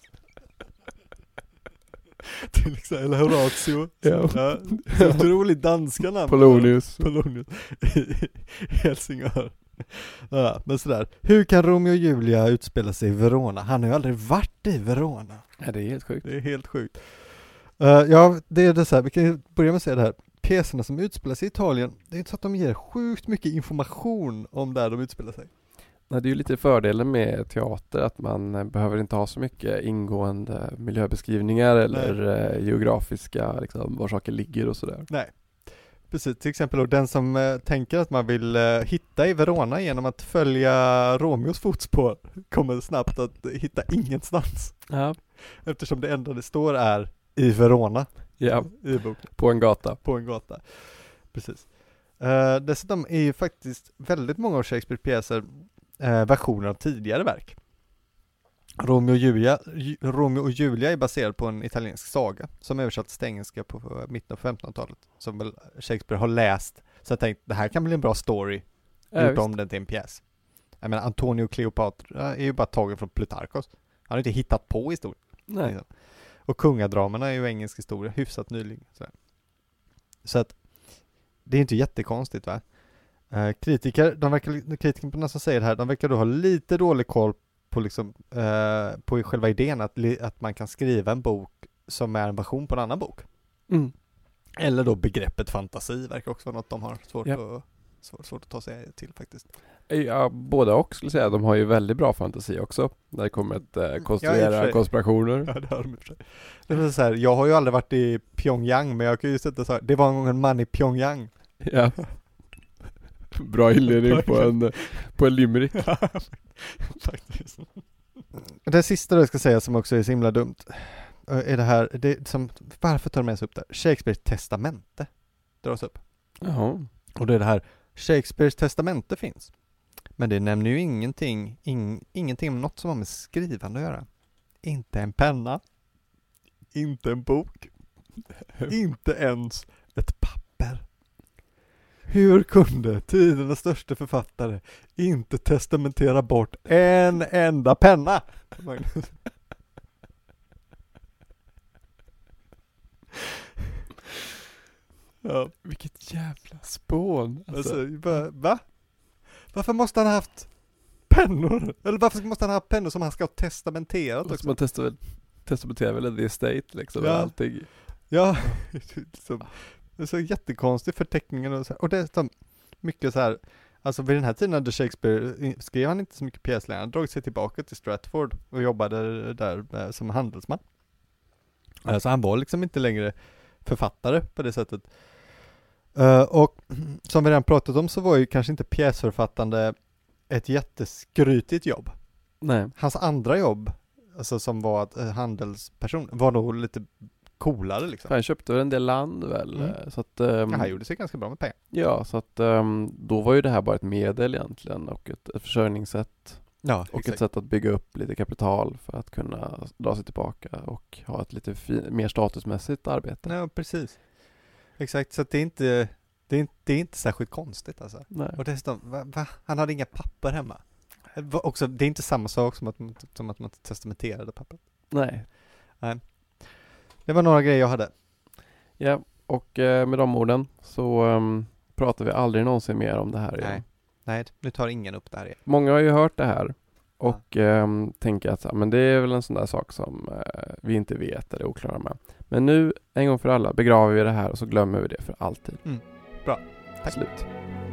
Till exempel, eller Horatio. Ja. Ja, så otroligt danska namn. Polonius. Polonius. I Helsingör. Ja, men sådär. Hur kan Romeo och Julia utspela sig i Verona? Han har ju aldrig varit i Verona. Ja, det är helt sjukt. Det är helt sjukt. Uh, ja, det är det så här. Vi kan börja med att säga det här. Pjäserna som utspelar sig i Italien, det är inte så att de ger sjukt mycket information om där de utspelar sig. Nej, det är ju lite fördelen med teater, att man eh, behöver inte ha så mycket ingående miljöbeskrivningar eller eh, geografiska, liksom, var saker ligger och sådär. Nej, precis. Till exempel då, den som eh, tänker att man vill eh, hitta i Verona genom att följa Romeos fotspår kommer snabbt att hitta ingenstans. Ja. Eftersom det enda det står är i Verona. Ja, I boken. på en gata. På en gata. Precis. Uh, dessutom är ju faktiskt väldigt många av Shakespeare pjäser uh, versioner av tidigare verk. Romeo och Julia, Ju, Romeo och Julia är baserad på en italiensk saga som översattes till engelska på uh, mitten av femtonhundratalet, som väl Shakespeare har läst. Så jag tänkte, det här kan bli en bra story, Ja, gjort om den till en pjäs. Jag menar, Antonio och Cleopatra är ju bara tagen från Plutarkos. Han har inte hittat på historien. Nej. Och kungadramerna är ju engelsk historia, hyfsat nyligen. Så, så att det är inte jättekonstigt, va? Uh, kritiker, de verkar, kritikerna som säger det här, de verkar då ha lite dålig koll på, liksom, uh, på själva idén att, att man kan skriva en bok som är en version på en annan bok. Mm. Eller då begreppet fantasi verkar också vara något de har svårt, Ja. att, svårt, svårt att ta sig till faktiskt. Ja, båda och skulle säga. De har ju väldigt bra fantasi också. När det kommer att eh, konstruera Ja, konspirationer. Ja, det har de i och för sig. Det är så här, jag har ju aldrig varit i Pyongyang, men jag kan ju sätta så här, det var en gång en man i Pyongyang. Ja. Bra inledning på en, på en limerick. Faktiskt. Det sista jag ska säga som också är så himla dumt är det här, det som, varför tar de ens upp det? Shakespeares testamente dras upp. Jaha. Och det är det här, Shakespeares testamente finns. Men det nämner ju ingenting, ing, ingenting om något som har med skrivande att göra. Inte en penna. Inte en bok. Inte ens ett papper. Hur kunde tidernas största författare inte testamentera bort en enda penna? Ja. Vilket jävla spån. Alltså. Alltså, va? va? Varför måste han ha haft pennor? Eller varför måste han ha haft pennor som han ska ha testamenterat också? Man testar, testamenterar väl the estate liksom. Ja. Allting. Ja, liksom, det är så jättekonstigt förteckningen och så här. Och det är så mycket så här, alltså vid den här tiden hade Shakespeare, skrev han inte så mycket pjäser, han drog sig tillbaka till Stratford och jobbade där som handelsman. Alltså han var liksom inte längre författare på det sättet. Uh, och som vi redan pratat om så var ju kanske inte pjäsförfattande ett jätteskrytigt jobb. Nej. Hans andra jobb, alltså som var att, eh, handelsperson, var nog lite coolare liksom. Han köpte väl en del land väl. Mm. Så att, um, Ja, han gjorde sig ganska bra med pengar. Ja, så att um, då var ju det här bara ett medel egentligen och ett, ett försörjningssätt. Ja, Och exakt. ett sätt att bygga upp lite kapital för att kunna dra sig tillbaka och ha ett lite fi- mer statusmässigt arbete. Ja, precis. Exakt, så att det är inte, det är inte, det är inte särskilt konstigt alltså. Nej. Och dessutom, va, va? Han hade inga papper hemma. Det var Också, det är inte samma sak som att, som att man testamenterade papper. Nej. Det var några grejer jag hade. Ja, och eh, med de orden så um, pratar vi aldrig någonsin mer om det här igen. Nej. Nej, nu tar ingen upp det här igen. Många har ju hört det här och ja. um, tänker att ja, men det är väl en sån där sak som uh, vi inte vet eller är oklara med. Men nu, en gång för alla, begraver vi det här och så glömmer vi det för alltid. Mm. Bra, tack. Slut.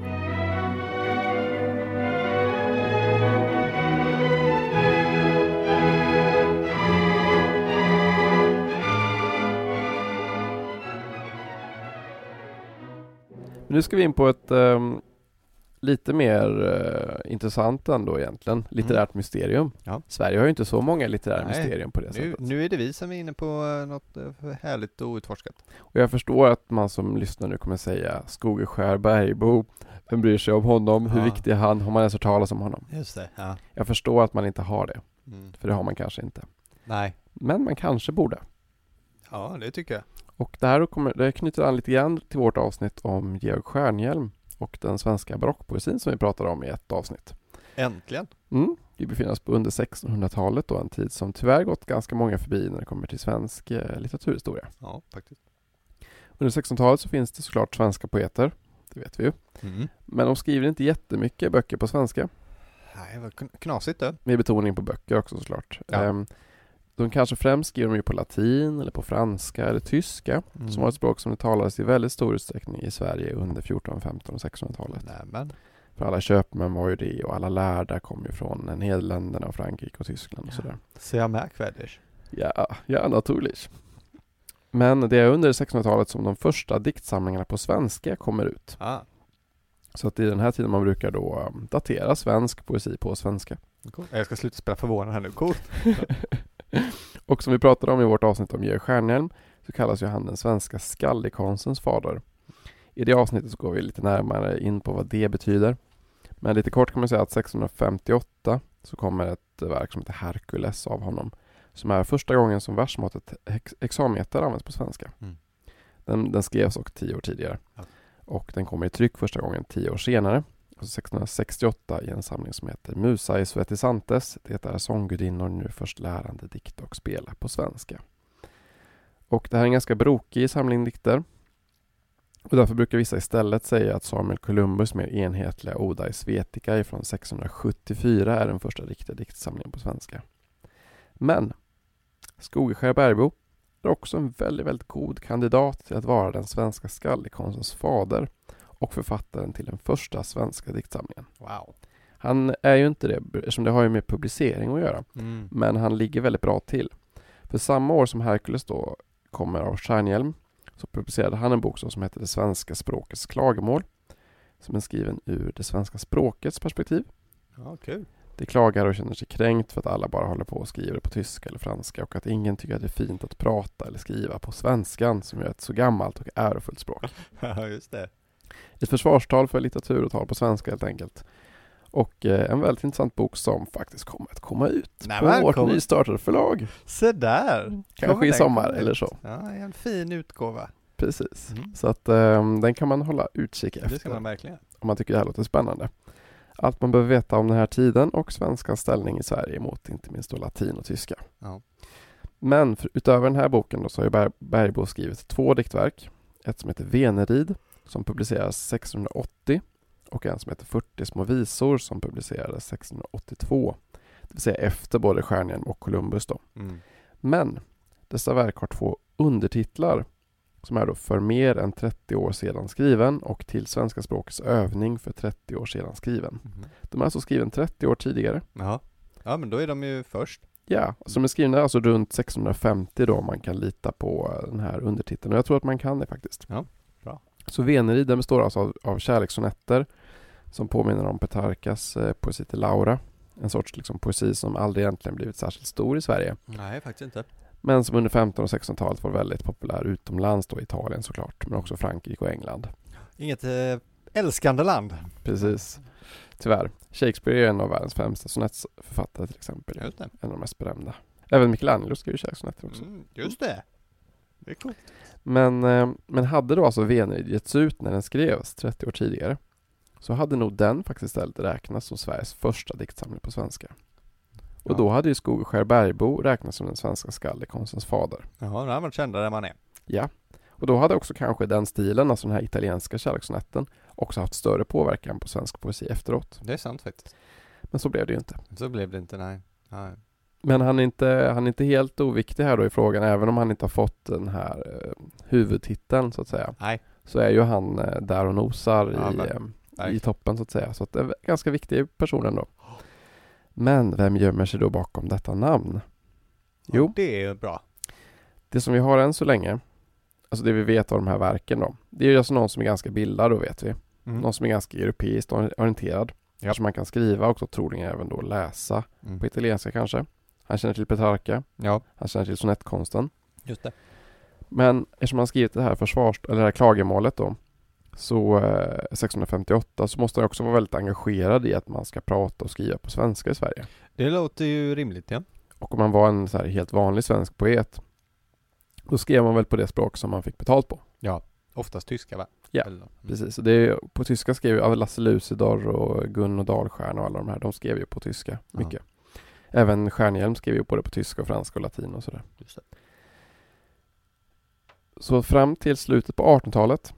Men nu ska vi in på ett um, lite mer uh, intressant ändå egentligen, litterärt mm. mysterium. Ja. Sverige har ju inte så många litterära Nej, mysterium på det nu, sättet. nu är det vi som är inne på uh, något uh, härligt och outforskat. Och jag förstår att man som lyssnar nu kommer säga Skogeskär Bergbo, vem bryr sig om honom, Ja. hur viktig är han, har man ens hört talas om honom? Just det, ja. Jag förstår att man inte har det, Mm. för det har man kanske inte. Nej. Men man kanske borde. Ja, det tycker jag. Och det här kommer, det knyter an lite grann till vårt avsnitt om Georg Stjärnhielm och den svenska barockpoesin som vi pratade om i ett avsnitt. Äntligen. Mm. Vi befinner oss på under sextonhundratalet då, en tid som tyvärr gått ganska många förbi när det kommer till svensk eh, litteraturhistoria. Ja, faktiskt. Under sextonhundratalet så finns det såklart svenska poeter, det vet vi ju. Mm. Men de skriver inte jättemycket böcker på svenska. Nej, vad kn- knasigt det. Med betoning på böcker också såklart. Ja. Ehm, de kanske främst skriver de ju på latin eller på franska eller tyska. Mm. Som var ett språk som det talades i väldigt stor utsträckning i Sverige under fjorton-, femton- och sextonhundratalet. Nämen. För alla köpmän var ju det och alla lärda kom ju från Nederländerna och Frankrike och Tyskland och sådär. Sehr merkwürdig. Ja, ja, naturligt. Men det är under sextonhundratalet som de första diktsamlingarna på svenska kommer ut. Ah, Så att det är den här tiden man brukar då um, datera svensk poesi på svenska. cool. Jag ska sluta spela förvånad här nu. Coolt. Och som vi pratade om i vårt avsnitt om Georg Stjärnhielm så kallas ju han den svenska skaldekonstens fader. I det avsnittet så går vi lite närmare in på vad det betyder. Men lite kort kan man säga att sextonhundrafemtioåtta så kommer ett verk som heter Herkules av honom. Som är första gången som versmåttet hex- hexameter används på svenska. Mm. Den, den skrevs också tio år tidigare. Ja. Och den kommer i tryck första gången tio år senare. Alltså sextonhundrasextioåtta i en samling som heter Musa i Svetisantes. Det är sånggudinnor nu först lärande dikta och spela på svenska. Och det här är en ganska brokig samling dikter. Och därför brukar vissa istället säga att Samuel Columbus mer enhetliga Oda i Svetica från sextonhundrasjuttiofyra är den första riktiga diktsamlingen på svenska. Men Skogeskär Bergbo är också en väldigt, väldigt god kandidat till att vara den svenska skaldekonstens fader och författaren till den första svenska diktsamlingen. Wow. Han är ju inte det, eftersom det har ju med publicering att göra. Mm. Men han ligger väldigt bra till. För samma år som Herkules då kommer av Stjärnhielm så publicerade han en bok som heter Det svenska språkets klagomål. Som är skriven ur det svenska språkets perspektiv. Ja, kul. Det klagar och känner sig kränkt för att alla bara håller på och skriver på tyska eller franska och att ingen tycker att det är fint att prata eller skriva på svenskan som är ett så gammalt och ärofullt språk. Ja, just det. Ett försvarstal för litteratur och tal på svenska helt enkelt. Och eh, en väldigt intressant bok som faktiskt kommer att komma ut Nej, på men, vårt kom. nystartade förlag. Så där. Kanske i sommar eller så. Ja, en fin utgåva. Precis. Mm. Så att eh, den kan man hålla utkik Det ska efter man verkligen. om man tycker det här låter spännande. Allt man behöver veta om den här tiden och svenskans ställning i Sverige mot inte minst då latin och tyska. Ja. Men för, utöver den här boken då, så har ju Ber- Bergbo skrivit två diktverk. Ett som heter Venerid som publicerades sextonhundraåttio och en som heter fyrtio små visor som publicerades sextonhundraåttiotvå. Det vill säga efter både Stjärnhielm och Columbus då. Mm. Men dessa verk har två undertitlar som är då för mer än trettio år sedan skriven och till svenska språkets övning för trettio år sedan skriven. Mm. De är alltså skriven trettio år tidigare. Jaha. Ja, men då är de ju först. Ja, som är skrivna alltså runt sextonhundrafemtio då man kan lita på den här undertiteln. Och jag tror att man kan det faktiskt. Ja, bra. Så Venerid den består alltså av, av kärlekssonetter som påminner om Petrarkas eh, poesi till Laura. En sorts liksom, poesi som aldrig egentligen blivit särskilt stor i Sverige. Nej, faktiskt inte. Men som under femtonhundratalet och sextonhundratalet var väldigt populär utomlands då, Italien såklart, men också Frankrike och England. Inget eh, älskande land. Precis. Tyvärr. Shakespeare är en av världens främsta sonettförfattare till exempel. Just det. En av de mest berömda. Även Michelangelo skrev ju kärlekssonetter också. Mm, just det. Det är coolt. Men, eh, men hade då alltså Venedig getts ut när den skrevs trettio år tidigare, så hade nog den faktiskt istället räknats som Sveriges första diktsamling på svenska. Och Ja. då hade ju Skogeskär Bergbo räknats som den svenska skaldekonstens fader. Ja, då har man känd där man är. Ja. Och då hade också kanske den stilen, alltså den här italienska kärlekssonetten, också haft större påverkan på svensk poesi efteråt. Det är sant faktiskt. Men så blev det ju inte. Så blev det inte, nej. nej. Men han är, inte, han är inte helt oviktig här då i frågan, även om han inte har fått den här eh, huvudtiteln så att säga. Nej. Så är ju han eh, där och nosar Ja, i, men, eh, i toppen så att säga. Så att det är en ganska viktig person ändå. Men vem gömmer sig då bakom detta namn? Jo, ja, det är bra. det som vi har än så länge, alltså det vi vet av de här verken då, det är ju alltså någon som är ganska bildad då vet vi. Mm. Någon som är ganska europeiskt orienterad. Ja. Som man kan skriva och också troligen även då läsa Mm. på italienska kanske. Han känner till Petrarca. Ja, Han känner till sonettkonsten. just det. Men eftersom han skrivit det här försvars eller det här klagomålet då, så eh, sextonhundrafemtioåtta, så måste han också vara väldigt engagerad i att man ska prata och skriva på svenska i Sverige. Det låter ju rimligt, ja. Och om man var en så här helt vanlig svensk poet, då skrev man väl på det språk som man fick betalt på. Ja, oftast tyska, va? Ja, Eller, mm. Precis, och det är, på tyska skrev ju Lasse Lucidor och Gun och Dahlstjärn och alla de här, de skrev ju på tyska mycket. Även Stjärnhjelm skrev ju både på tyska och franska och latin och sådär. Just det. Så fram till slutet på artonhundratalet,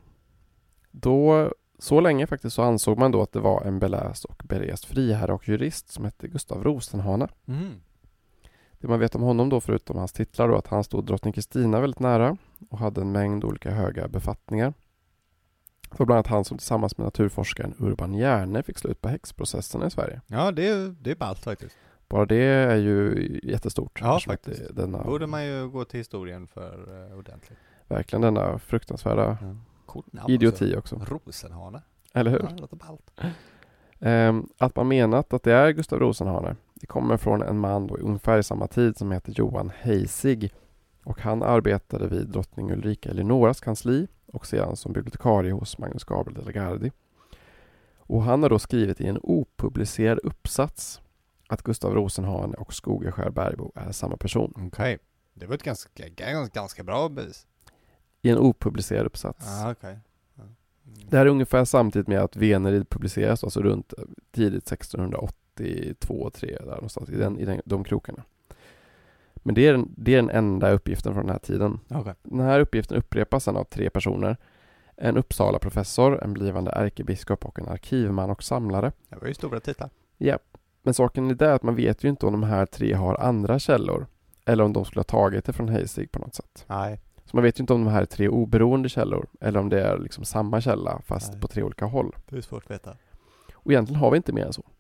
då, så länge faktiskt, så ansåg man då att det var en beläst och berest friherre och jurist som hette Gustav Rosenhane. Mm. Det man vet om honom då, förutom hans titlar då, att han stod drottning Kristina väldigt nära och hade en mängd olika höga befattningar. Det var bland annat han som tillsammans med naturforskaren Urban Hjerne fick slut på häxprocesserna i Sverige. Ja, det är, det är ballt faktiskt. Bara det är ju jättestort. Ja, eftersom att faktiskt. det- Denna, Borde man ju gå till historien för uh, ordentligt. verkligen denna fruktansvärda Ja. Coolt namn idioti också. också. Rosenhane. Eller hur? Ja, det låter ballt. Ehm, att man menat att det är Gustav Rosenhane, det kommer från en man då i ungefär i samma tid som heter Johan Heisig. Och han arbetade vid drottning Ulrika Eleonoras kansli och sedan som bibliotekarie hos Magnus Gabriel de la Gardie. Och han har då skrivit i en opublicerad uppsats att Gustav Rosenhane och Skogeskär Bergbo är samma person. Okej. Okay. Det var ett ganska, ganska, ganska bra bevis. I en opublicerad uppsats. Ah, okej. Okay. Det här är ungefär samtidigt med att Venedig publiceras, alltså runt tidigt sextonhundraåttiotvå tre där någonstans, i, den, i den, de krokarna. Men det är, den, det är den enda uppgiften från den här tiden. Okay. Den här uppgiften upprepas sedan av tre personer. En Uppsala-professor, en blivande ärkebiskop och en arkivman och samlare. Det var ju stora titlar. Ja, men saken är det att man vet ju inte om de här tre har andra källor. Eller om de skulle ha tagit det från Heisig på något sätt. Nej. Så man vet ju inte om de här är tre oberoende källor. Eller om det är liksom samma källa fast Nej. på tre olika håll. Det är svårt att veta. Och egentligen har vi inte mer än så.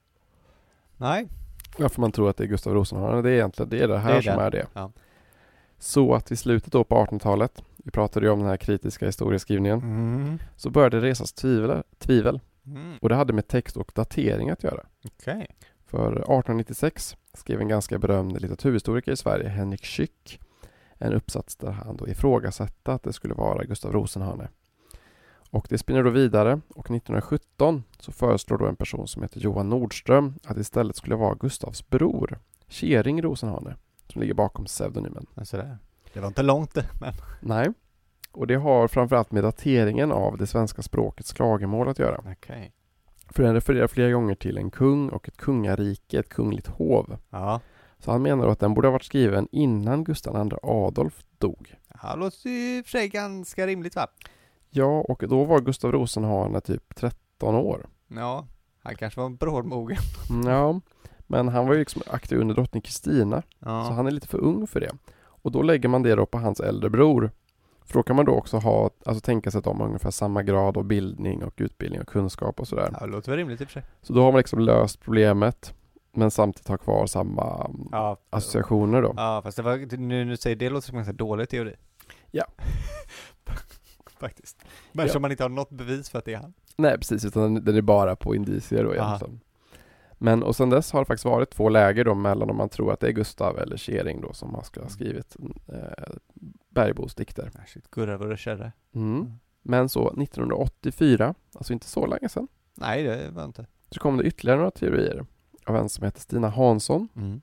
Nej. Varför man tror att det är Gustav Rosenhane, det är egentligen det, är det här Det är som den. är det. Ja. Så att i slutet då på artonhundratalet, vi pratade ju om den här kritiska historieskrivningen, Mm. så började det resas tvivel, tvivel. Mm. Och det hade med text och datering att göra. Okej. Okay. För artonhundranittiosex skrev en ganska berömd litteraturhistoriker i Sverige, Henrik Schück, en uppsats där han då ifrågasatte att det skulle vara Gustav Rosenhane. Och det spinner då vidare, och nittonhundrasjutton så föreslår då en person som heter Johan Nordström att det istället skulle vara Gustavs bror, Kering Rosenhane, som ligger bakom pseudonymen. Alltså det, det var inte långt det, men... Nej, och det har framförallt med dateringen av det svenska språkets klagomål att göra. Okej. Okay. För den refererar flera gånger till en kung och ett kungarike, ett kungligt hov. Ja. Så han menar att den borde ha varit skriven innan Gustav andra Adolf dog. Ja, det låter ju i och för sig ganska rimligt, va? Ja, och då var Gustav Rosenhane typ tretton år. Ja, han kanske var brådmogen. Ja, men han var ju liksom aktiv under drottning Kristina. Ja. Så han är lite för ung för det. Och då lägger man det då på hans äldre bror. För då kan man då också ha, alltså tänka sig att de har ungefär samma grad av bildning och utbildning och kunskap och sådär. Ja, det låter väl rimligt i och för sig. Så då har man liksom löst problemet, men samtidigt har kvar samma Ja. associationer då. Ja, fast det var, nu, nu säger det låter som en ganska dålig teori. Ja. Faktiskt. Men Ja. som man inte har något bevis för att det är han. Nej, precis, utan den, den är bara på indicier då egentligen. Men och sen dess har det faktiskt varit två läger då mellan om man tror att det är Gustav eller Kering då som har ska ha skrivit eh, Bergbos dikter. Ah, shit, gurra vore kärre. Mm. Mm. Men så nittonhundraåttiofyra, alltså inte så länge sedan, Nej, det var inte. så kom det ytterligare några teorier av en som heter Stina Hansson. Mm.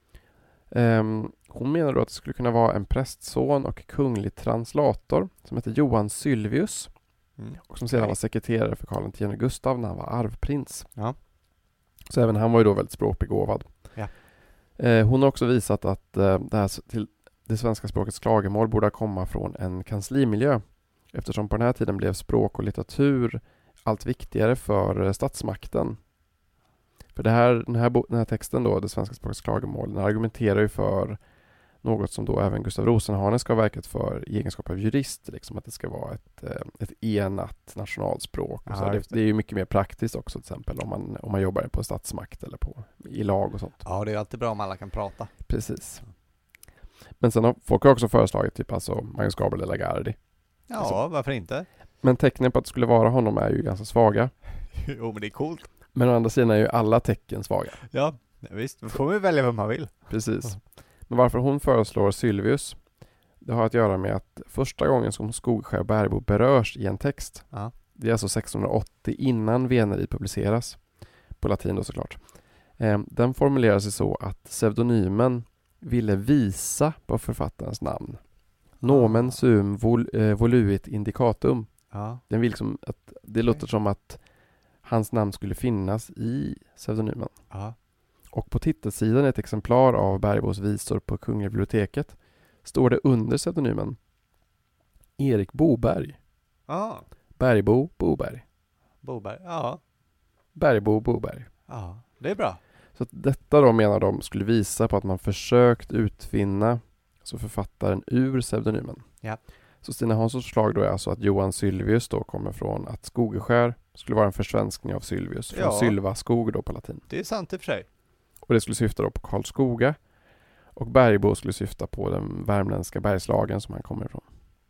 Um, hon menar då att det skulle kunna vara en prästson och kunglig translator som heter Johan Sylvius Mm. och som sedan Okej. var sekreterare för Karl X Gustav när han var arvprins. Ja. Så även han var ju då väldigt språkbegåvad. Ja. Eh, hon har också visat att eh, det här s- till det svenska språkets klagomål borde komma från en kanslimiljö eftersom på den här tiden blev språk och litteratur allt viktigare för eh, statsmakten. För det här, den, här bo- den här texten då, det svenska språkets klagomål, den argumenterar ju för något som då även Gustav Rosenhane ska ha verkat för i egenskap av jurist, liksom att det ska vara ett, eh, ett enat nationalspråk. Och så. Ja, Det, just det. det är ju mycket mer praktiskt också till exempel om man, om man jobbar på statsmakt eller på, i lag och sånt. Ja, det är alltid bra om alla kan prata. Precis. Men sen har folk har också föreslagit typ alltså Magnus Gabriel de la Gardie. Ja, Alltså- varför inte? Men tecknen på att det skulle vara honom är ju ganska svaga. Jo, men det är coolt. Men å andra sidan är ju alla tecken svaga. Ja, ja visst. Då får man ju välja vem man vill. Precis. Men varför hon föreslår Sylvius, det har att göra med att första gången som Skogsskär och Bergbo berörs i en text, Ja. det är alltså sextonhundraåttio innan Veneri publiceras, på latin då såklart. Eh, den formulerar sig så att pseudonymen ville visa på författarens namn. Nomen Ah. sum vol, eh, voluit indicatum. Ja. Den vill liksom att det låter som att hans namn skulle finnas i pseudonymen. Ja. Och på titelsidan i ett exemplar av Bergbos visor på Kungliga biblioteket står det under pseudonymen Erik Boberg. Ja. Bergbo Boberg. Boberg. Ja. Bergbo Boberg. Ja. Det är bra. Så att detta då menar de skulle visa på att man försökt utvinna så författaren ur pseudonymen. Ja. Så Stina Hanssons förslag då är alltså att Johan Sylvius då kommer från att Skogeskär skulle vara en försvenskning av Sylvius från Ja. Sylva skog då på latin. Det är sant i och för sig. Och det skulle syfta då på Karlskoga. Och Bergbo skulle syfta på den värmländska bergslagen som han kommer ifrån.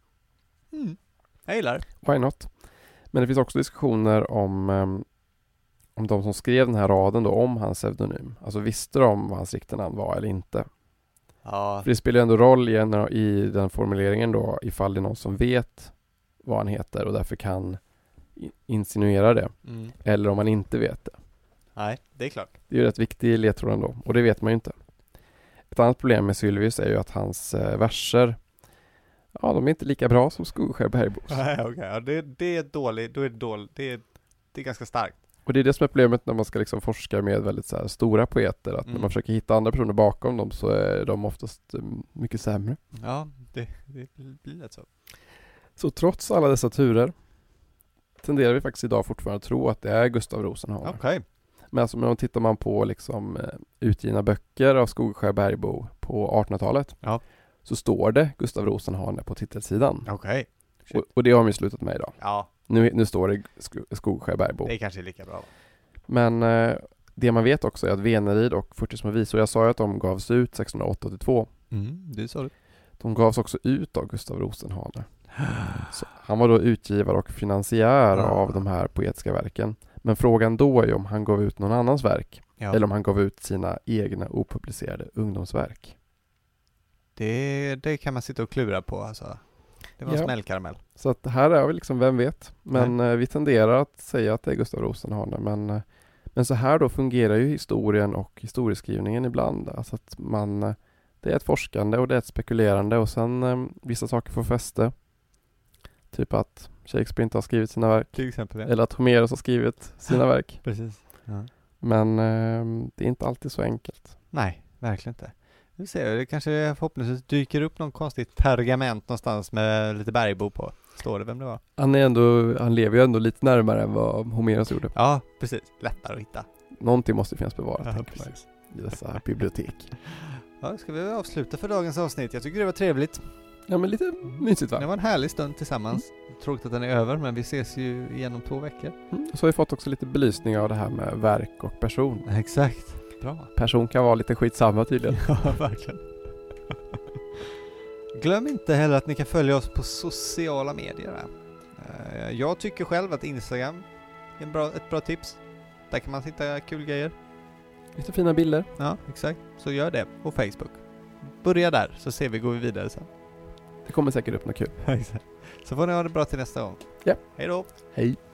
Mm. Jag gillar. Why not? Men det finns också diskussioner om, um, om de som skrev den här raden då om hans pseudonym. Alltså visste de vad hans riktiga namn var eller inte. Ja. För det spelar ju ändå roll i, en, i den formuleringen då ifall det är någon som vet vad han heter och därför kan i- insinuera det. Mm. Eller om man inte vet det. Nej, det är klart. Det är ju rätt viktig ledtråd ändå och det vet man ju inte. Ett annat problem med Sylvius är ju att hans eh, verser, ja, de är inte lika bra som Skogsskär Bergbos. Nej, okej. Ja, det, det är dåligt. Då är det dåligt. Det är, det är ganska starkt. Och det är det som är problemet när man ska liksom forska med väldigt så här stora poeter, att när Mm. man försöker hitta andra personer bakom dem så är de oftast eh, mycket sämre. Ja, det, det blir lätt så. Så trots alla dessa turer tenderar vi faktiskt idag fortfarande att tro att det är Gustav Rosenhane. Okej. Men alltså, men tittar man på liksom, eh, utgivna böcker av Skogsskär Bergbo på artonhundratalet Ja. så står det Gustav Rosenhane på titelsidan. Okej. Shit. Och, och det har de ju slutat med idag. Ja, Nu, nu står det Sk- Skogsskär Bergbo. det är kanske lika bra. Men eh, det man vet också är att Venerid och fyrtio små visor, jag sa ju att de gavs ut sextonhundraåttiotvå. Mm, det sa du. De gavs också ut av Gustav Rosenhane. Så han var då utgivare och finansiär Ah. av de här poetiska verken. Men frågan då är ju om han gav ut någon annans verk. Ja. Eller om han gav ut sina egna opublicerade ungdomsverk. Det, det kan man sitta och klura på alltså. Det var en Ja. smällkaramell. Så att här är vi liksom, vem vet. Men eh, vi tenderar att säga att det är Gustav Rosenhane. Men, eh, men så här då fungerar ju historien och historieskrivningen ibland. Alltså att man, eh, det är ett forskande och det är ett spekulerande och sen eh, vissa saker får fäste. Typ att Shakespeare inte har skrivit sina verk. Till exempel det. Eller att Homeros har skrivit sina verk. Precis. Ja. Men eh, det är inte alltid så enkelt. Nej, verkligen inte. Vi ser, det kanske förhoppningsvis dyker upp någon konstigt pergament någonstans med lite Bergbo på. Står det vem det var? Han, är ändå, han lever ju ändå lite närmare än vad Homeros gjorde. Ja, precis. Lättare att hitta. Någonting måste finnas bevarat, Ja, tänker man precis. i dessa bibliotek. Ja, ska vi avsluta för dagens avsnitt? Jag tycker det var trevligt. Ja, men lite mysigt va? Det var en härlig stund tillsammans. Tråkigt att den är över, men vi ses ju igen om två veckor. Mm. Så har vi fått också lite belysning av det här med verk och person. Exakt. Bra. Person kan vara lite skitsamma tydligen. Ja, verkligen. Glöm inte heller att ni kan följa oss på sociala medier. Eh, Jag tycker själv att Instagram en bra, ett bra tips. Där kan man hitta kul grejer. Lite fina bilder. Ja, exakt. Så gör det på Facebook. Börja där, så ser vi, går vi vidare sen. Det kommer säkert upp något kul. Exakt. Så får ni ha det bra till nästa gång. Ja. Hej då! Hej!